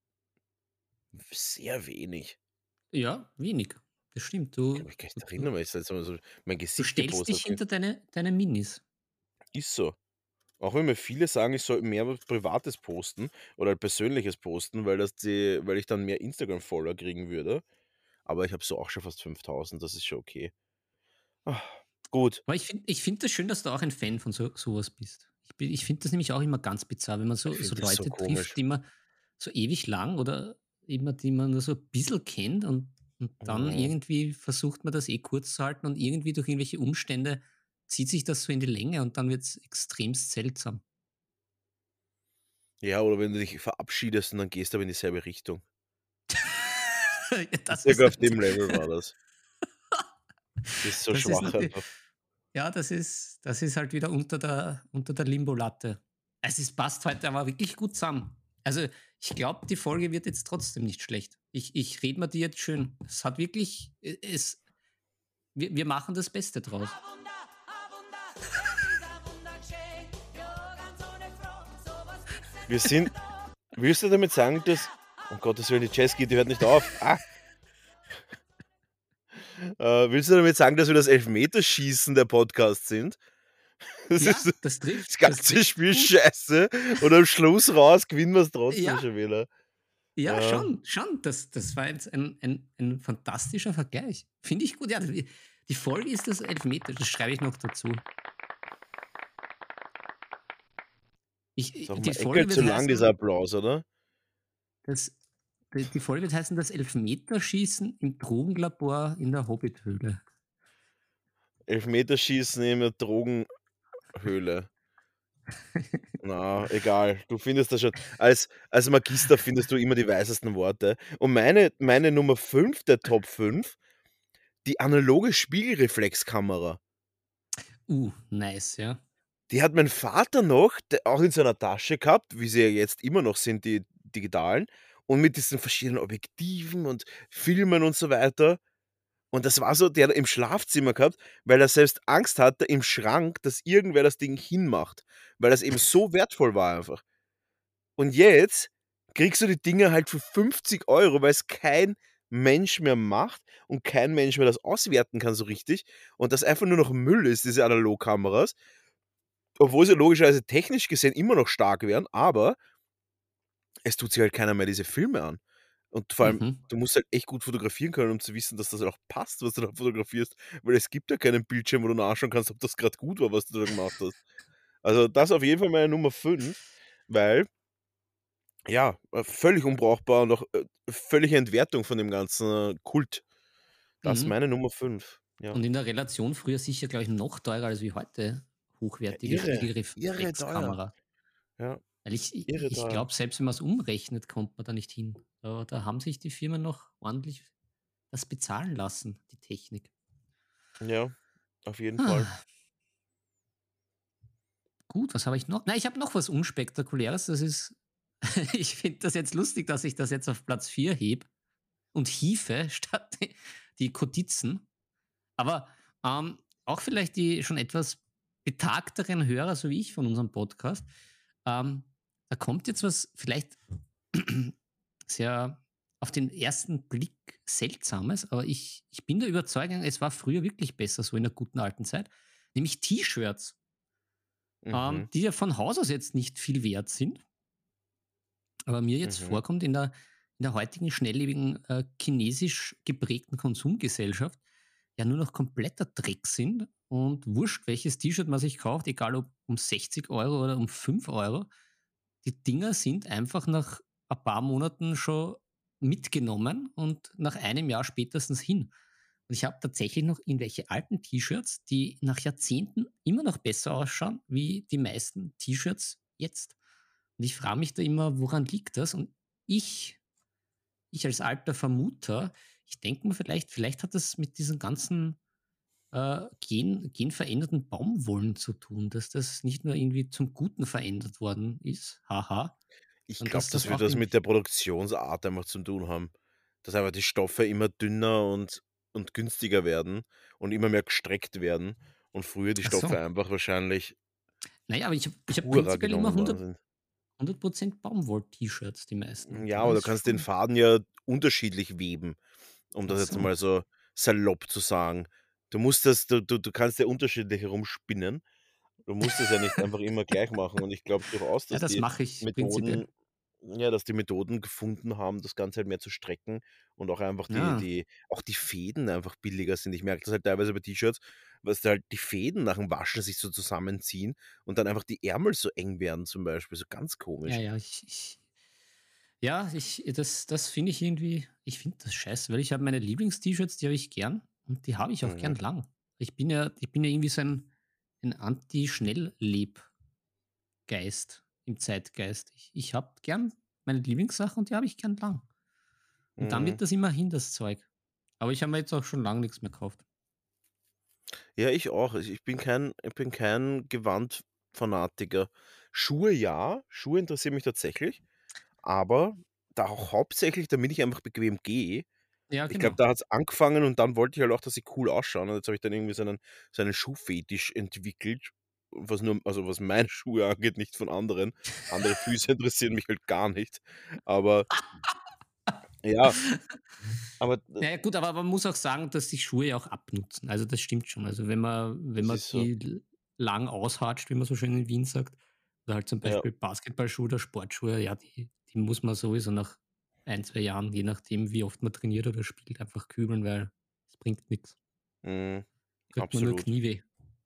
sehr wenig. ja, wenig. Das stimmt. Ich kann Du mich gar nicht du erinnern, weil ich das letzte Mal so mein du Gesicht stellst gepostet dich habe. hinter deine deine Minis. Ist so. Auch wenn mir viele sagen, ich soll mehr was Privates posten oder halt Persönliches posten, weil das die weil ich dann mehr Instagram-Follower kriegen würde. Aber ich habe so auch schon fast fünftausend, das ist schon okay. Ah, gut, Aber ich finde ich finde das schön, dass du auch ein Fan von so so was bist. Ich bin ich finde das nämlich auch immer ganz bizarr, wenn man ich so so finde das so Leute trifft, komisch. die man so ewig lang oder immer die man nur so ein bisschen kennt und und dann Mhm. irgendwie versucht man das eh kurz zu halten und irgendwie durch irgendwelche Umstände zieht sich das so in die Länge und dann wird's extremst seltsam. Ja, oder wenn du dich verabschiedest und dann gehst du aber in dieselbe Richtung. Ja, So das ist circa auf dem natürlich Level war das. Das ist so das ist schwach natürlich einfach. ja, das ist das ist halt wieder unter der unter der Limbo-Latte. Es ist passt heute aber wirklich gut zusammen. Also, ich glaube, die Folge wird jetzt trotzdem nicht schlecht. Ich ich rede mir die jetzt schön. Es hat wirklich e es wir wir machen das Beste draus. Wir sind willst du damit sagen, dass um Gottes Willen, die Jazzkid, die hört nicht auf. Ah! Äh, willst du damit sagen, dass wir das Elfmeterschießen der Podcast sind? Das Ja, ist das trifft das das ganze trifft Spiel gut. scheiße und am Schluss raus gewinnen wir's trotzdem Ja, schon wieder. ja, Ja, schon, schon. Das das war jetzt ein ein ein fantastischer Vergleich. Finde ich gut. Ja, die die Folge ist das Elfmeter, das schreibe ich noch dazu. Ich sag i mal, die Eckel Folge zu wird lang, dieser heißen, Applaus, oder? das die die Folge wird heißen: „Das Elfmeterschießen im Drogenlabor in der Hobbithöhle." Elfmeterschießen in der Drogenhöhle. Na, egal, du findest das schon. Als als Magister findest du immer die weisesten Worte. Und meine meine Nummer fünf der Top fünf, die analoge Spiegelreflexkamera. Uh, nice, ja. Die hat mein Vater noch, d auch in seiner Tasche gehabt, wie sie ja jetzt immer noch sind, die digitalen, und mit diesen verschiedenen Objektiven und Filmen und so weiter. Und das war so, der hat im Schlafzimmer gehabt, weil er selbst Angst hatte im Schrank, dass irgendwer das Ding hinmacht, weil das eben so wertvoll war einfach. Und jetzt kriegst du die Dinger halt für fünfzig Euro, weil es kein Mensch mehr macht und kein Mensch mehr das auswerten kann so richtig und das einfach nur noch Müll ist, diese Analogkameras, obwohl sie logischerweise technisch gesehen immer noch stark wären, aber es tut sich halt keiner mehr diese Filme an. Und vor allem, Mhm, du musst halt echt gut fotografieren können, um zu wissen, dass das halt auch passt, was du da fotografierst, weil es gibt ja keinen Bildschirm, wo du nachschauen kannst, ob das grad gut war, was du da gemacht hast. Also, das auf jeden Fall meine Nummer fünf, weil ja, äh, völlig unbrauchbar und auch, äh, völlige Entwertung von dem ganzen, äh, Kult. Das ist mhm. meine Nummer fünf, ja. Und in der Relation früher sicher, glaube ich, noch teurer als wie heute, Ja, hochwertige irre, irre teuer. Spiegelreflexkamera. Ja, Weil ich i irre ich teuer. glaube, selbst wenn man's umrechnet, kommt man da nicht hin. Da da haben sich die Firmen noch ordentlich das bezahlen lassen, die Technik. Ja, auf jeden Fall. Ah, gut, was habe ich noch? Na, ich habe noch was Unspektakuläres. Das ist ich finde das jetzt lustig, dass ich das jetzt auf Platz vier hebe und hiefe statt die die Kotizen. Aber, ähm, auch vielleicht die schon etwas betagteren Hörer, so wie ich von unserem Podcast, ähm, da kommt jetzt was vielleicht sehr auf den ersten Blick Seltsames, aber ich ich bin der Überzeugung, es war früher wirklich besser, so in der guten alten Zeit, nämlich T-Shirts, ähm, Mhm, die ja von Haus aus jetzt nicht viel wert sind, aber mir jetzt mhm. vorkommt in der in der heutigen schnelllebigen, äh, chinesisch geprägten Konsumgesellschaft ja nur noch kompletter Dreck sind und wurscht, welches T-Shirt man sich kauft, egal ob um sechzig Euro oder um fünf Euro. Die Dinger sind einfach nach ein paar Monaten schon mitgenommen und nach einem Jahr spätestens hin. Und ich habe tatsächlich noch irgendwelche alten T-Shirts, die nach Jahrzehnten immer noch besser ausschauen wie die meisten T-Shirts jetzt. Und ich frage mich da immer, woran liegt das? Und ich ich als alter Vermuter, ich denke mir vielleicht vielleicht hat das mit diesen ganzen, äh, gen genveränderten Baumwollen zu tun, dass das nicht nur irgendwie zum Guten verändert worden ist, haha, Ich und glaube, dass das das wird auch was in mit der Produktionsart einfach zu tun haben, dass einfach die Stoffe immer dünner und und günstiger werden und immer mehr gestreckt werden und früher die ach so. Stoffe einfach wahrscheinlich Na ja, aber ich habe ich habe purer prinzipiell immer genommen worden hundert sind. hundert Prozent Baumwoll-T-Shirts, die meisten. Hm, Und ja, da aber du ist kannst den schon Faden ja unterschiedlich weben, um ach das jetzt so. mal so salopp zu sagen. Du musst das du du du kannst ja unterschiedlich herumspinnen. Du musst es ja nicht einfach immer gleich machen und ich glaube durchaus, Ja, dass das die mache ich Methoden prinzipiell. ja, dass die Methoden gefunden haben, das Ganze halt mehr zu strecken und auch einfach die Ja. die auch die Fäden einfach billiger sind. Ich merke das halt teilweise bei T-Shirts, dass da halt die Fäden nach dem Waschen sich so zusammenziehen und dann einfach die Ärmel so eng werden zum Beispiel, so ganz Ja, komisch. ja, ich ich ja, ich das das finde ich irgendwie ich finde das scheiße, weil ich habe meine Lieblings-T-Shirts, die habe ich gern und die habe ich auch gern Mhm, lang. Ich bin ja ich bin ja irgendwie so ein ein Anti-Schnellleb-Geist im Zeitgeist. Ich ich habe gern meine Lieblingssachen und die habe ich gern lang. Und dann mhm. wird das immer hin, das Zeug. Aber ich habe mir jetzt auch schon lange nichts mehr gekauft. Ja, ich auch. Ich ich bin kein ich bin kein Gewandfanatiker. Schuhe ja, Schuhe interessieren mich tatsächlich, aber da auch hauptsächlich, damit ich einfach bequem gehe. Ja, Ich glaube, genau. da hat's angefangen und dann wollte ich halt auch, dass sie cool ausschauen und jetzt habe ich dann irgendwie so einen so einen Schuhfetisch entwickelt, was nur also, was meine Schuhe angeht, nicht von anderen. Andere Füße interessieren mich halt gar nicht. Aber ja, aber d Ja, ja, gut, aber man muss auch sagen, dass die Schuhe ja auch abnutzen. Also, das stimmt schon. Also, wenn man wenn das man ist so. die l lang aushatscht, wie man so schön in Wien sagt, oder halt zum Ja, Beispiel Basketballschuhe oder Sportschuhe, ja, die die muss man sowieso nach ein zwei Jahren, je nachdem, wie oft man trainiert oder spielt, einfach kübeln, weil es bringt nix. mhm, Kriegt man nur absolut. Knieweh.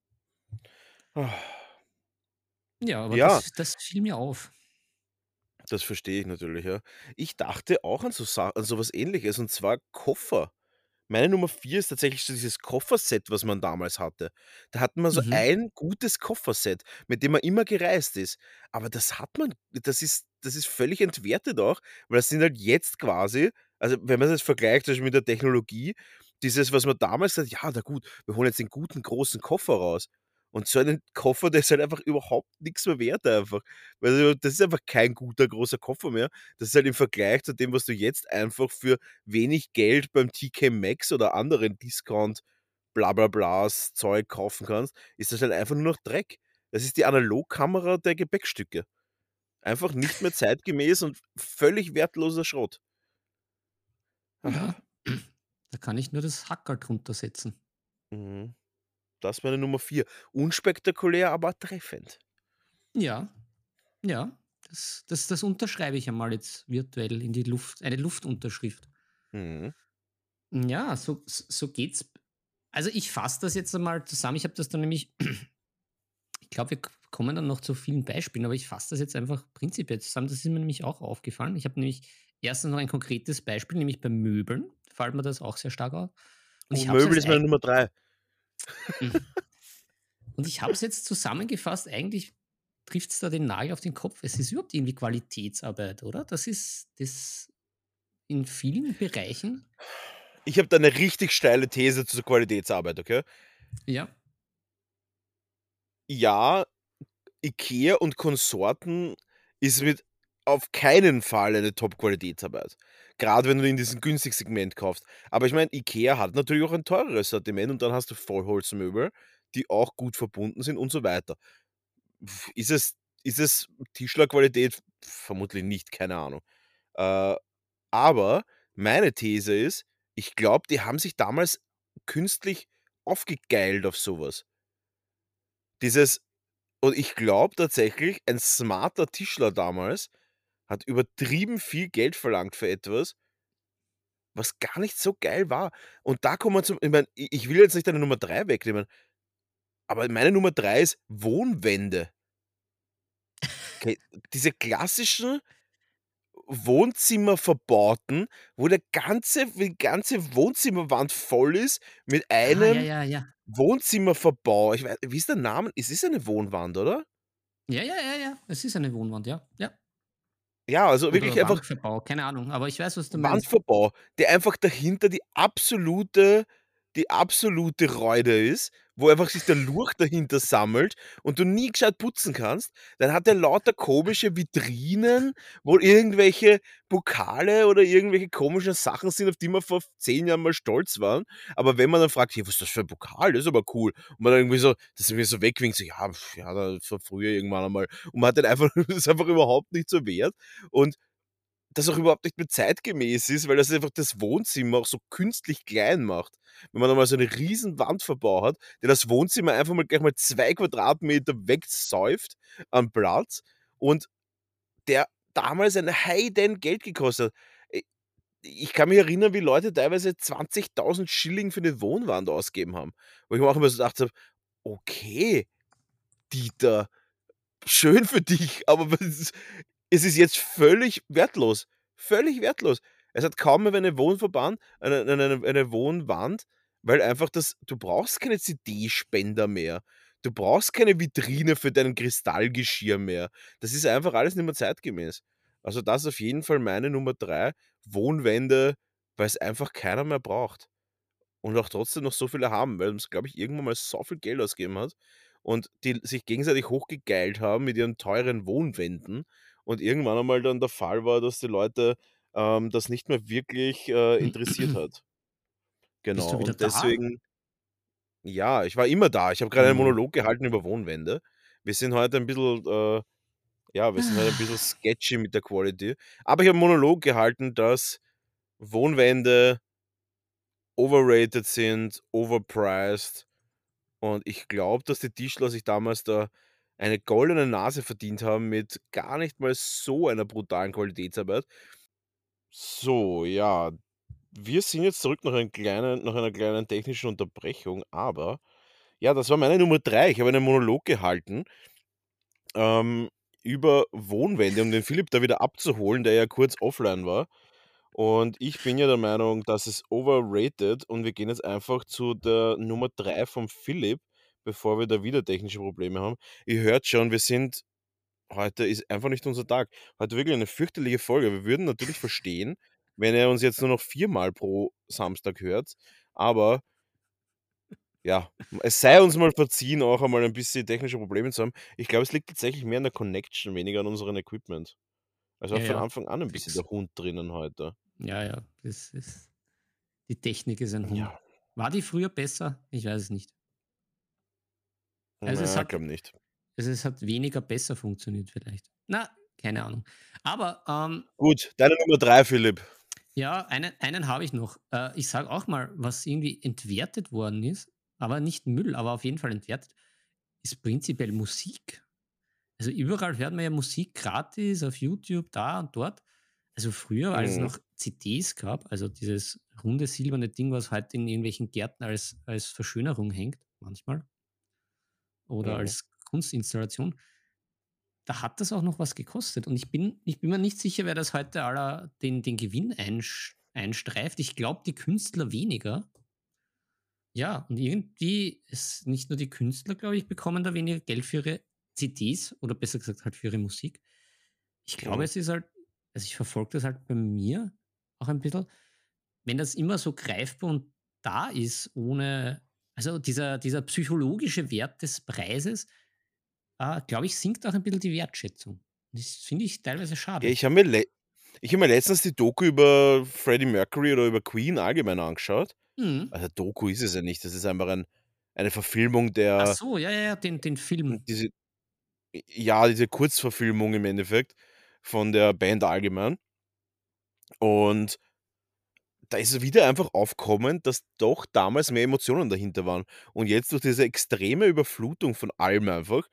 Ja, aber Ja, das das fiel mir auf. das verstehe ich natürlich, ja. Ich dachte auch an so Sa an so was Ähnliches und zwar Koffer. Meine Nummer vier ist tatsächlich so dieses Kofferset, was man damals hatte. Da hatten wir so Mhm. ein gutes Kofferset, mit dem man immer gereist ist. Aber das hat man das ist das ist völlig entwertet auch, weil das sind halt jetzt quasi also, wenn man das vergleicht zum Beispiel mit der Technologie, dieses, was man damals sagt: „Ja, na gut, wir holen jetzt den guten großen Koffer raus.“ Und so einen Koffer, der ist halt einfach überhaupt nix mehr wert einfach. Weil also, das ist einfach kein guter großer Koffer mehr. Das ist halt im Vergleich zu dem, was du jetzt einfach für wenig Geld beim T K Maxx oder anderen Discount bla bla blas Zeug kaufen kannst, ist das halt einfach nur noch Dreck. Das ist die Analogkamera der Gepäckstücke. Einfach nicht mehr zeitgemäß und völlig wertloser Schrott. Ja, Ah, da kann ich nur das Hackerl drunter setzen. mhm. Das ist meine Nummer vier. Unspektakulär, aber treffend. Ja, ja, das das das unterschreibe ich einmal jetzt virtuell in die Luft, eine Luftunterschrift. Mhm. Ja, so s so geht's. Also, ich fasse das jetzt einmal zusammen. Ich habe das dann nämlich ich glaube, wir k kommen dann noch zu vielen Beispielen, aber ich fasse das jetzt einfach prinzipiell zusammen. Das ist mir nämlich auch aufgefallen. Ich habe nämlich erstens noch ein konkretes Beispiel, nämlich bei Möbeln fällt mir das auch sehr stark auf. Und Oh, ich habe es Möbel jetzt ist meine eig Nummer drei. hm, und ich habe es jetzt zusammengefasst, eigentlich trifft es da den Nagel auf den Kopf. Es ist überhaupt irgendwie Qualitätsarbeit, oder? Das ist das in vielen Bereichen. Ich habe da 'ne richtig steile These zur Qualitätsarbeit, okay? Ja. Ja, IKEA und Konsorten ist mit auf keinen Fall eine Top-Qualitätsarbeit. Grade wenn du in diesem Günstig-Segment kaufst. Aber ich meine, IKEA hat natürlich auch ein teureres Sortiment und dann hast du Vollholzmöbel, die auch gut verbunden sind und so weiter. Pf, Ist es ist es Tischlerqualität? Vermutlich nicht, keine Ahnung. Äh, aber meine These ist, ich glaube, die haben sich damals künstlich aufgegeilt auf so was. Dieses und ich glaube tatsächlich, ein smarter Tischler damals hat übertrieben viel Geld verlangt für etwas, was gar nicht so geil war. Und da kommen wir zum ich meine, i ich will jetzt nicht deine Nummer drei wegnehmen, aber meine Nummer drei ist Wohnwände. Okay, diese klassischen Wohnzimmerverbauten, wo der ganze die ganze Wohnzimmerwand voll ist mit Ah, ja, einem ja, ja. Wohnzimmerverbau. Ich wei wie ist der Name? Es ist eine Wohnwand, oder? Ja, ja, ja, ja. Es ist eine Wohnwand, ja. Ja. Ja, also wirklich Oder einfach Wandverbau, keine Ahnung, aber ich weiß, was du meinst. Wandverbau, der einfach dahinter die absolute die absolute Räude ist, wo einfach sich der Lurch dahinter sammelt und du nie gescheit putzen kannst. Dann hat er lauter komische Vitrinen, wo irgendwelche Pokale oder irgendwelche komischen Sachen sind, auf die wir vor zehn Jahren mal stolz waren. Aber wenn man dann fragt: „Hey, was ist das für ein Pokal? Das ist aber cool.“ Und man dann irgendwie so das irgendwie so wegwinkt, so: „Ja, pf, ja, das war früher irgendwann einmal.“ Und man hat den einfach das ist einfach überhaupt nicht so wert. Und das auch überhaupt nicht mehr zeitgemäß ist, weil das einfach das Wohnzimmer auch so künstlich klein macht. Wenn man da mal so 'ne riesen Wandverbau hat, der das Wohnzimmer einfach mal gleich mal zwei Quadratmeter wegsäuft an Platz und der damals ein Heiden Geld gekostet hat. I ich kann mich erinnern, wie Leute teilweise zwanzigtausend Schilling für 'ne Wohnwand ausgegeben haben, wo ich mir auch immer so gedacht habe: „Okay, Dieter, schön für dich, aber was es ist jetzt völlig wertlos. Völlig wertlos. Es hat kaum mehr eine Wohnverband eine eine eine eine Wohnwand, weil einfach das du brauchst keine C D-Spender mehr. Du brauchst keine Vitrine für dein Kristallgeschirr mehr. Das ist einfach alles nicht mehr zeitgemäß. Also, das ist auf jeden Fall meine Nummer drei Wohnwände, weil's einfach keiner mehr braucht. Und auch trotzdem noch so viele haben, weil weil's, glaube ich, irgendwann mal so viel Geld ausgegeben hat und die sich gegenseitig hochgegeilt haben mit ihren teuren Wohnwänden und irgendwann einmal dann der Fall war, dass die Leute ähm, das nicht mehr wirklich, äh, interessiert hat. Bist Genau, du wieder und da? deswegen ja, ich war immer da. Ich habe grade einen Mhm. Monolog gehalten über Wohnwände. Wir sind heute ein bisschen, äh ja, wir sind heute ein bisschen sketchy mit der Quality. Aber ich habe 'n Monolog gehalten, dass Wohnwände overrated sind, overpriced und ich glaube, dass die Tischler sich damals da eine goldene Nase verdient haben mit gar nicht mal so einer brutalen Qualitätsarbeit. So, ja, wir sind jetzt zurück nach einem kleinen nach einer kleinen technischen Unterbrechung, aber ja, das war meine Nummer drei. Ich habe einen Monolog gehalten ähm, über Wohnwände, um den Philipp da wieder abzuholen, der ja kurz offline war. Und ich bin ja der Meinung, das ist overrated und wir gehen jetzt einfach zu der Nummer drei vom Philipp, bevor wir da wieder technische Probleme haben. Ihr hört schon, wir sind heute ist einfach nicht unser Tag. Heute wirklich eine fürchterliche Folge. Wir würden natürlich verstehen, wenn er uns jetzt nur noch viermal pro Samstag hört, aber ja, es sei uns mal verziehen, auch einmal ein bisschen technische Probleme zu haben. Ich glaube, es liegt tatsächlich mehr an der Connection, weniger an unserem Equipment. Also, Ja, war von ja, Anfang an ein bisschen der fix. Hund drinnen heute. Ja, ja, das ist die Technik ist ein Hund. Ja, War die früher besser? Ich weiß es nicht. Also, es na, hat glaube nicht. also, es hat weniger besser funktioniert vielleicht. Na, keine Ahnung. Aber, ähm, Gut, deine Nummer drei, Philipp. ja, einen einen habe ich noch. Äh, ich sage auch mal, was irgendwie entwertet worden ist, aber nicht Müll, aber auf jeden Fall entwertet, ist prinzipiell Musik. Also, überall hört man ja Musik gratis auf YouTube, da und dort. Also, früher, als es Mhm, noch C Ds gab, also dieses runde silberne Ding, was heute in irgendwelchen Gärten als als Verschönerung hängt manchmal oder mhm. als Kunstinstallation, da hat das auch noch was gekostet. Und ich bin ich bin mir nicht sicher, wer das heute aller den den Gewinn einsch einstreift. Ich glaube, die Künstler weniger. Ja, und irgendwie ist nicht nur die Künstler, glaube ich, bekommen da weniger Geld für ihre C Ds oder besser gesagt halt für ihre Musik. Ich glaube, Mhm. es ist halt also, ich verfolge das halt bei mir auch ein bisschen, wenn das immer so greifbar und da ist, ohne also, dieser dieser psychologische Wert des Preises, äh, glaube ich, sinkt auch ein bisschen die Wertschätzung. Das finde ich teilweise Ja, schade. ich habe mir le ich habe mir letztens die Doku über Freddie Mercury oder über Queen allgemein angeschaut. Mhm. Also, Doku ist es ja nicht, das ist einfach ein eine Verfilmung Ach der so, ja, ja, ja, den den Film. diese ja, diese Kurzverfilmung im Endeffekt von der Band allgemein. Und da ist es wieder einfach aufkommen, dass doch damals mehr Emotionen dahinter waren. Und jetzt durch diese extreme Überflutung von allem einfach,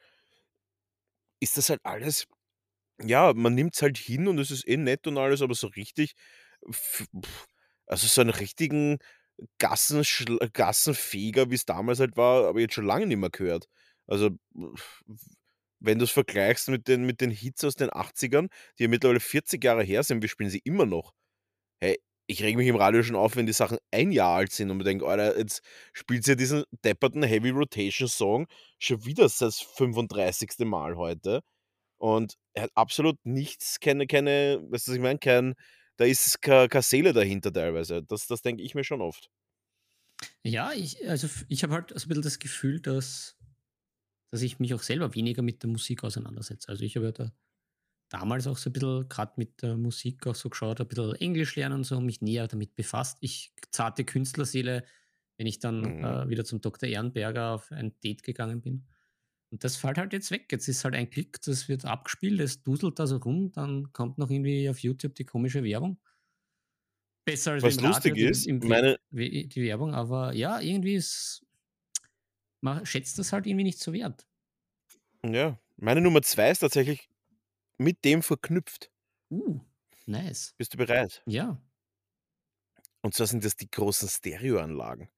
ist das halt alles ja, man nimmt's halt hin und es ist eh nett und alles, aber so richtig f pf also so einen richtigen Gassenschl Gassenfeger, wie's damals halt war, habe ich jetzt schon lange nicht mehr gehört. Also, pf, wenn du's vergleichst mit den mit den Hits aus den Achtzigern, die ja mittlerweile vierzig Jahre her sind, wir spielen sie immer noch. Hey, ich rege mich im Radio schon auf, wenn die Sachen ein Jahr alt sind und mir denke: „Alter, jetzt spielt ihr diesen depperten Heavy Rotation Song schon wieder das fünfunddreißigste Mal heute.“ Und er hat absolut nichts, keine keine weißt du, was ich meine? Kein da ist ke keine Seele dahinter teilweise. Das das denke ich mir schon oft. Ja, ich also, f ich habe halt so 'n bisschen das Gefühl, dass dass ich mich auch selber weniger mit der Musik auseinandersetze. Also, ich habe ja da damals auch so ein bisschen gerade mit der Musik auch so geschaut, ein bisschen Englisch lernen und so, mich näher damit befasst. Ich zarte Künstlerseele, wenn ich dann, Mhm. äh, wieder zum Doktor Ehrenberger auf ein Date gegangen bin. Und das fällt halt jetzt weg. Jetzt ist halt ein Klick, das wird abgespielt, es duselt da so rum, dann kommt noch irgendwie auf YouTube die komische Werbung. Besser als wie Was im Radio lustig die ist, im We meine We die Werbung, aber ja, irgendwie ist man schätzt das halt irgendwie nicht so wert. ja, meine Nummer zwei ist tatsächlich mit dem verknüpft. Uh, nice. Bist du bereit? Ja. Und zwar sind das die großen Stereoanlagen.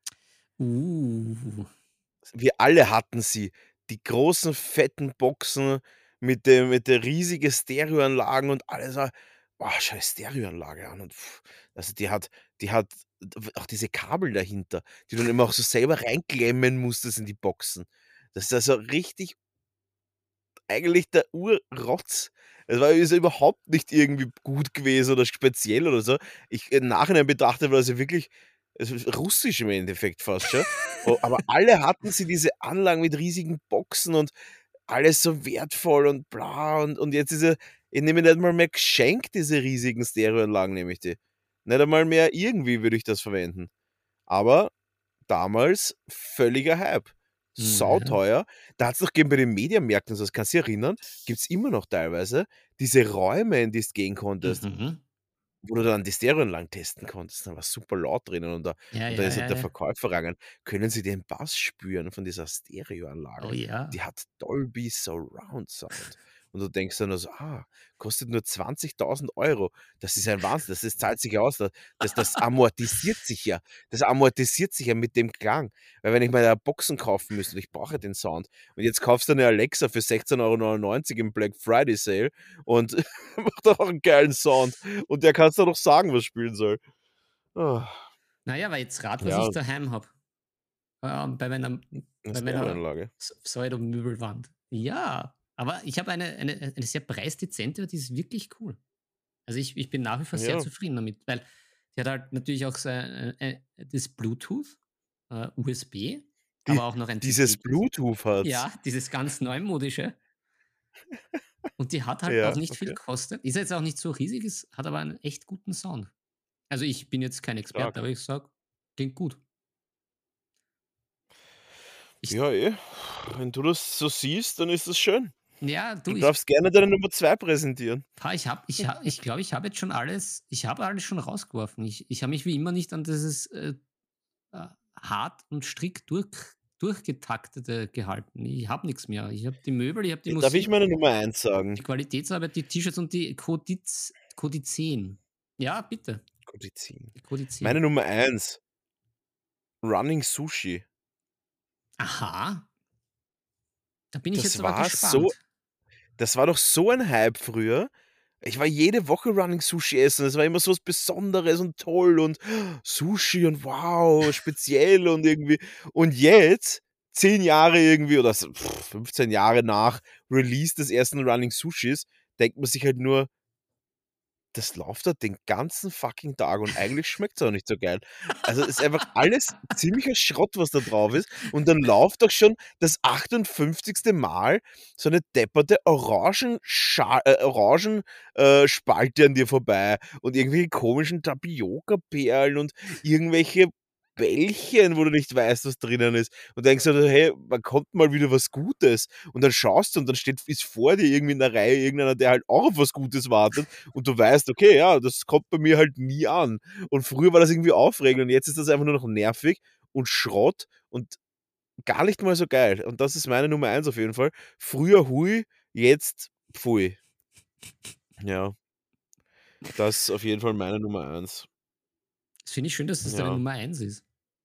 Uh. Wir alle hatten sie. Die großen fetten Boxen mit dem mit der riesige Stereoanlagen und alles war boah, schau dir Stereoanlage an und pff, also die hat die hat d auch diese Kabel dahinter, die du dann immer auch so selber reinklemmen musstest in die Boxen. Das ist also richtig eigentlich der Urrotz. Es war ist ja überhaupt nicht irgendwie gut gewesen oder speziell oder so. Ich im Nachhinein betrachtet war das ja wirklich es ist russisch im Endeffekt fast schon. O aber alle hatten sie diese Anlagen mit riesigen Boxen und alles so wertvoll und bla und und jetzt ist er Ich nehme nicht mal mehr geschenkt, diese riesigen Stereoanlagen nehme ich die. Nicht einmal mehr irgendwie würde ich das verwenden. Aber damals völliger Hype. Hm, ja. Sauteuer. Da hat's doch gegeben bei den Mediamärkten, so das kannst du dich erinnern, gibt's immer noch teilweise, diese Räume, in die du gehen konntest, Mhm. wo du dann die Stereoanlagen testen konntest. Da war super laut drinnen und da Ja, und da ja, ist halt ja, der ja. Verkäufer rangegangen: „Können Sie den Bass spüren von dieser Oh Stereoanlage? ja. Die hat Dolby Surround Sound.“ Und du denkst dann nur so: „Ah, kostet nur zwanzigtausend Euro. Das ist ein Wahnsinn, das das zahlt sich ja aus. Da das das amortisiert sich ja. Das amortisiert sich ja mit dem Klang.“ Weil wenn ich mir da Boxen kaufen müsste und ich brauche den Sound und jetzt kaufst du 'ne Alexa für sechzehn Euro neunundneunzig im Black Friday Sale und macht auch 'n geilen Sound und der kann's dann noch sagen, was spielen soll. Ah. Na ja, aber jetzt rat, was Ja, ich daheim habe. Ähm, bei meiner 'ne bei meiner Stereoanlage. Pse Pseudo-Möbelwand. Ja, aber ich habe eine eine eine sehr preisdezente, die ist wirklich cool. Also, ich ich bin nach wie vor sehr Ja, zufrieden damit, weil die hat halt natürlich auch so, äh, äh, das Bluetooth, äh, U S B, die aber auch noch ein C dieses C. Bluetooth hat's. Ja, dieses ganz neumodische. Und die hat halt auch Ja, nicht viel okay, gekostet. Ist jetzt auch nicht so riesig, es hat aber einen echt guten Sound. Also, ich bin jetzt kein stark. Experte, aber ich sage, klingt gut. Ich Ja, eh. Wenn du das so siehst, dann ist das schön. ja, Du du, ich darfst gerne deine Nummer zwei präsentieren. ha, ich habe ich habe ich glaube, ich habe jetzt schon alles ich habe alles schon rausgeworfen. Ich ich habe mich wie immer nicht an dieses, äh, äh, hart und strikt durch durchgetaktete gehalten. Ich habe nichts mehr. Ich habe die Möbel, ich habe die Äh, darf ich Musik, meine Nummer eins die sagen? Qualitätsarbeit, die T-Shirts und die Kodiz Kodizeen. Ja, bitte, Kodizin. die Kodizeen. Meine Nummer eins, Running Sushi. Aha, da bin ich jetzt Das aber war so gespannt. das war doch so ein Hype früher. Ich war jede Woche Running Sushi essen. Das war immer so was Besonderes und toll und Sushi und wow, speziell und irgendwie und jetzt, zehn Jahre irgendwie oder s pf, fünfzehn Jahre nach Release des ersten Running Sushis, denkt man sich halt nur: „Das läuft da den ganzen fucking Tag und eigentlich schmeckt's auch nicht so geil.“ Also, ist einfach alles ziemlicher Schrott, was da drauf ist und dann läuft doch schon das achtundfünfzigste Mal so 'ne depperte Orangenscha äh, Orangen äh, Spalte an dir vorbei und irgendwelche komischen Tapiocaperlen und irgendwelche Bällchen, wo du nicht weißt, was drinnen ist und denkst dir: „Hey, wann kommt mal wieder was Gutes?“ Und dann schaust du und dann steht ist vor dir irgendwie in der Reihe irgendeiner, der halt auch auf was Gutes wartet und du weißt: „Okay, ja, das kommt bei mir halt nie an.“ Und früher war das irgendwie aufregend und jetzt ist das einfach nur noch nervig und Schrott und gar nicht mal so geil. Und das ist meine Nummer eins auf jeden Fall. Früher hui, jetzt pfui. Ja, das ist auf jeden Fall meine Nummer eins. Das finde ich schön, dass das deine Ja. Nummer eins ist.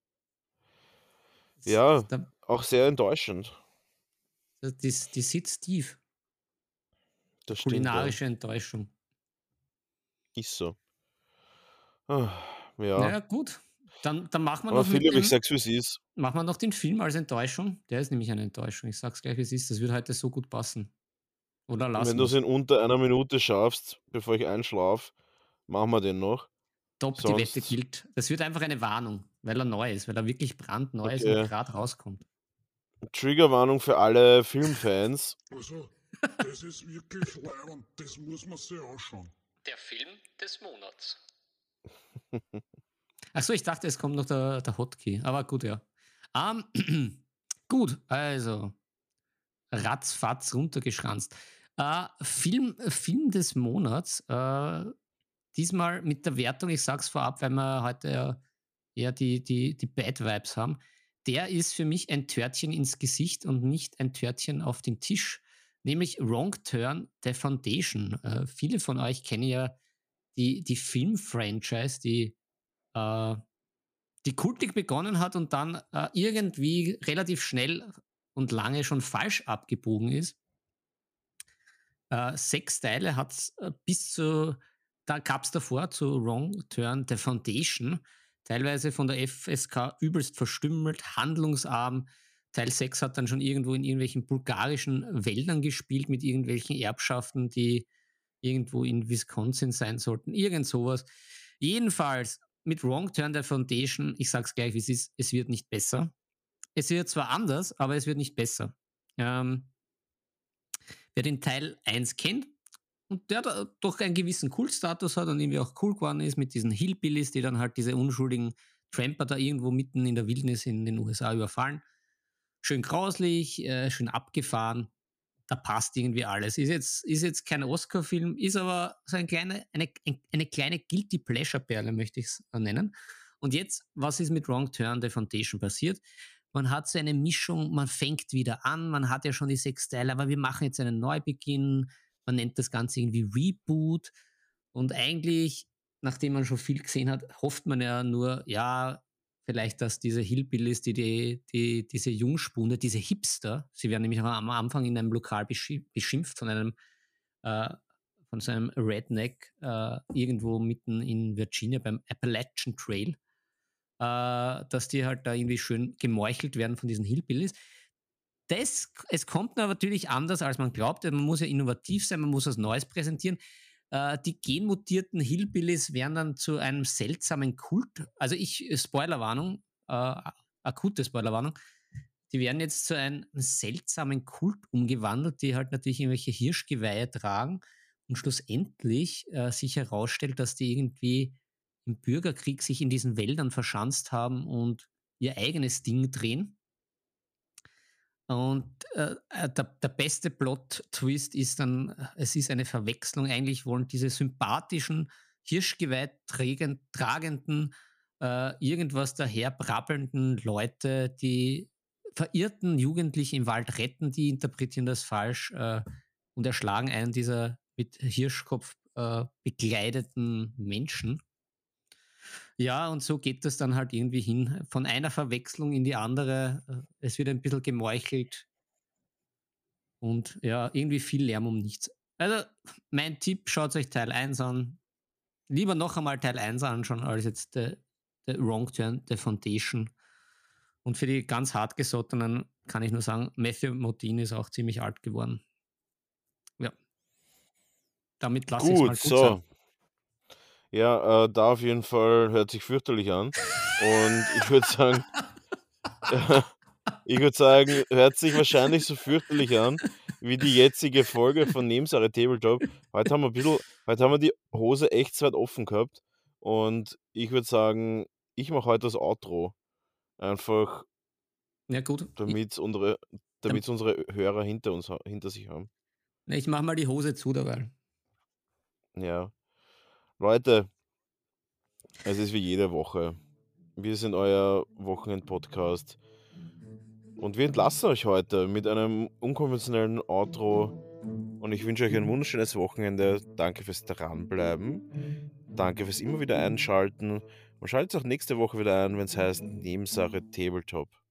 Das Ja, da auch sehr enttäuschend. die die sitzt tief. Das stimmt, ja. Kulinarische Enttäuschung. Ist so. Ah, Na ja. ja, gut. Dann dann machen wir Aber noch mit Philipp, ich dem sag's, wie's ist. machen wir noch den Film als Enttäuschung. Der ist nämlich eine Enttäuschung. Ich sage es gleich, wie es ist. Das würde heute so gut passen. Oder Wenn lassen du's wir's? in unter einer Minute schaffst, bevor ich einschlafe, machen wir den noch. Top, die Wette Sonst gilt. Das wird einfach eine Warnung, weil er neu ist, weil er wirklich brandneu ist und okay. grad rauskommt. Triggerwarnung für alle Filmfans. Also, das ist wirklich leibend, das muss man sich anschauen. Der Film des Monats. Ach so, ich dachte, es kommt noch der der Hotkey, aber gut, ja. Ähm, gut, also ratzfatz runtergeschranzt. Äh, Film Film des Monats, äh, diesmal mit der Wertung, ich sage es vorab, weil wir heute ja eher die die die Bad Vibes haben. Der ist für mich ein Törtchen ins Gesicht und nicht ein Törtchen auf den Tisch, nämlich Wrong Turn: The Foundation. Äh, viele von euch kennen ja die die Film-Franchise, die, äh die kultig begonnen hat und dann, äh, irgendwie relativ schnell und lange schon falsch abgebogen ist. Äh, sechs Teile hat's, äh, bis zu da gab's davor zu Wrong Turn: The Foundation, teilweise von der F S K übelst verstümmelt, handlungsarm. Teil sechs hat dann schon irgendwo in irgendwelchen bulgarischen Wäldern gespielt mit irgendwelchen Erbschaften, die irgendwo in Wisconsin sein sollten, irgend sowas. Jedenfalls mit Wrong Turn: The Foundation, ich sag's gleich, wie es ist, es wird nicht besser. Es wird zwar anders, aber es wird nicht besser. Ähm, wer den Teil eins kennt, Und der da doch einen gewissen Kultstatus hat und irgendwie auch cool geworden ist mit diesen Hillbillies, die dann halt diese unschuldigen Tramper da irgendwo mitten in der Wildnis in den U S A überfallen. Schön grauslich, äh, schön abgefahren. Da passt irgendwie alles. Ist jetzt, ist jetzt kein Oscar-Film, ist aber so ein kleine, eine, ein- eine kleine Guilty Pleasure-Perle, möchte ich es nennen. Und jetzt, was ist mit Wrong Turn The Foundation passiert? Man hat so eine Mischung, man fängt wieder an, man hat ja schon die sechs Teile, aber wir machen jetzt einen Neubeginn. Man nennt das Ganze irgendwie Reboot. Und eigentlich, nachdem man schon viel gesehen hat, hofft man ja nur, ja, vielleicht, dass diese Hillbillies, die, die, die diese Jungspunde, diese Hipster, sie werden nämlich auch am Anfang in einem Lokal beschi beschimpft von einem, äh, von so einem Redneck äh, irgendwo mitten in Virginia beim Appalachian Trail, äh, dass die halt da irgendwie schön gemeuchelt werden von diesen Hillbillies. Das, es kommt natürlich anders, als man glaubt. Man muss ja innovativ sein, man muss was Neues präsentieren. Äh, die genmutierten Hillbillies werden dann zu einem seltsamen Kult. Also ich, äh, Spoilerwarnung, äh, akute Spoilerwarnung, die werden jetzt zu einem seltsamen Kult umgewandelt, die halt natürlich irgendwelche Hirschgeweihe tragen und schlussendlich äh, sich herausstellt, dass die irgendwie im Bürgerkrieg sich in diesen Wäldern verschanzt haben und ihr eigenes Ding drehen. Und äh, äh, der, der beste Plot-Twist ist dann, äh, es ist eine Verwechslung. Eigentlich wollen diese sympathischen, Hirschgeweih trägen- tragenden, äh, irgendwas daher brabbelnden Leute, die verirrten Jugendliche im Wald retten, die interpretieren das falsch äh, und erschlagen einen dieser mit Hirschkopf äh, bekleideten Menschen. Ja, und so geht das dann halt irgendwie hin, von einer Verwechslung in die andere. Äh, Es wird ein bisschen gemeuchelt und ja, irgendwie viel Lärm um nichts. Also, mein Tipp, schaut euch Teil eins an. Lieber noch einmal Teil eins anschauen, als jetzt The, the Wrong Turn, The Foundation. Und für die ganz hartgesottenen kann ich nur sagen, Matthew Modine ist auch ziemlich alt geworden. Ja, damit lasse ich es Gut, mal gut sein. so. Ja, äh, da auf jeden Fall hört sich fürchterlich an. Und ich würde sagen, ich würde sagen, hört sich wahrscheinlich so fürchterlich an wie die jetzige Folge von Nebensache Tabletop. Heute haben wir ein bisschen, heute haben wir die Hose echt zu weit offen gehabt. Und ich würde sagen, ich mache heute das Outro. Einfach, Ja, gut. Ich, damit unsere, dann, damit unsere Hörer hinter uns, ha- hinter sich haben. ich mache mal die Hose zu dabei. Ja. Leute, es ist wie jede Woche. Wir sind euer Wochenend-Podcast. Und wir entlassen euch heute mit einem unkonventionellen Outro. Und ich wünsche euch ein wunderschönes Wochenende. Danke fürs Dranbleiben. Danke fürs immer wieder Einschalten. Und schaltet auch nächste Woche wieder ein, wenn es heißt Nebensache Tabletop.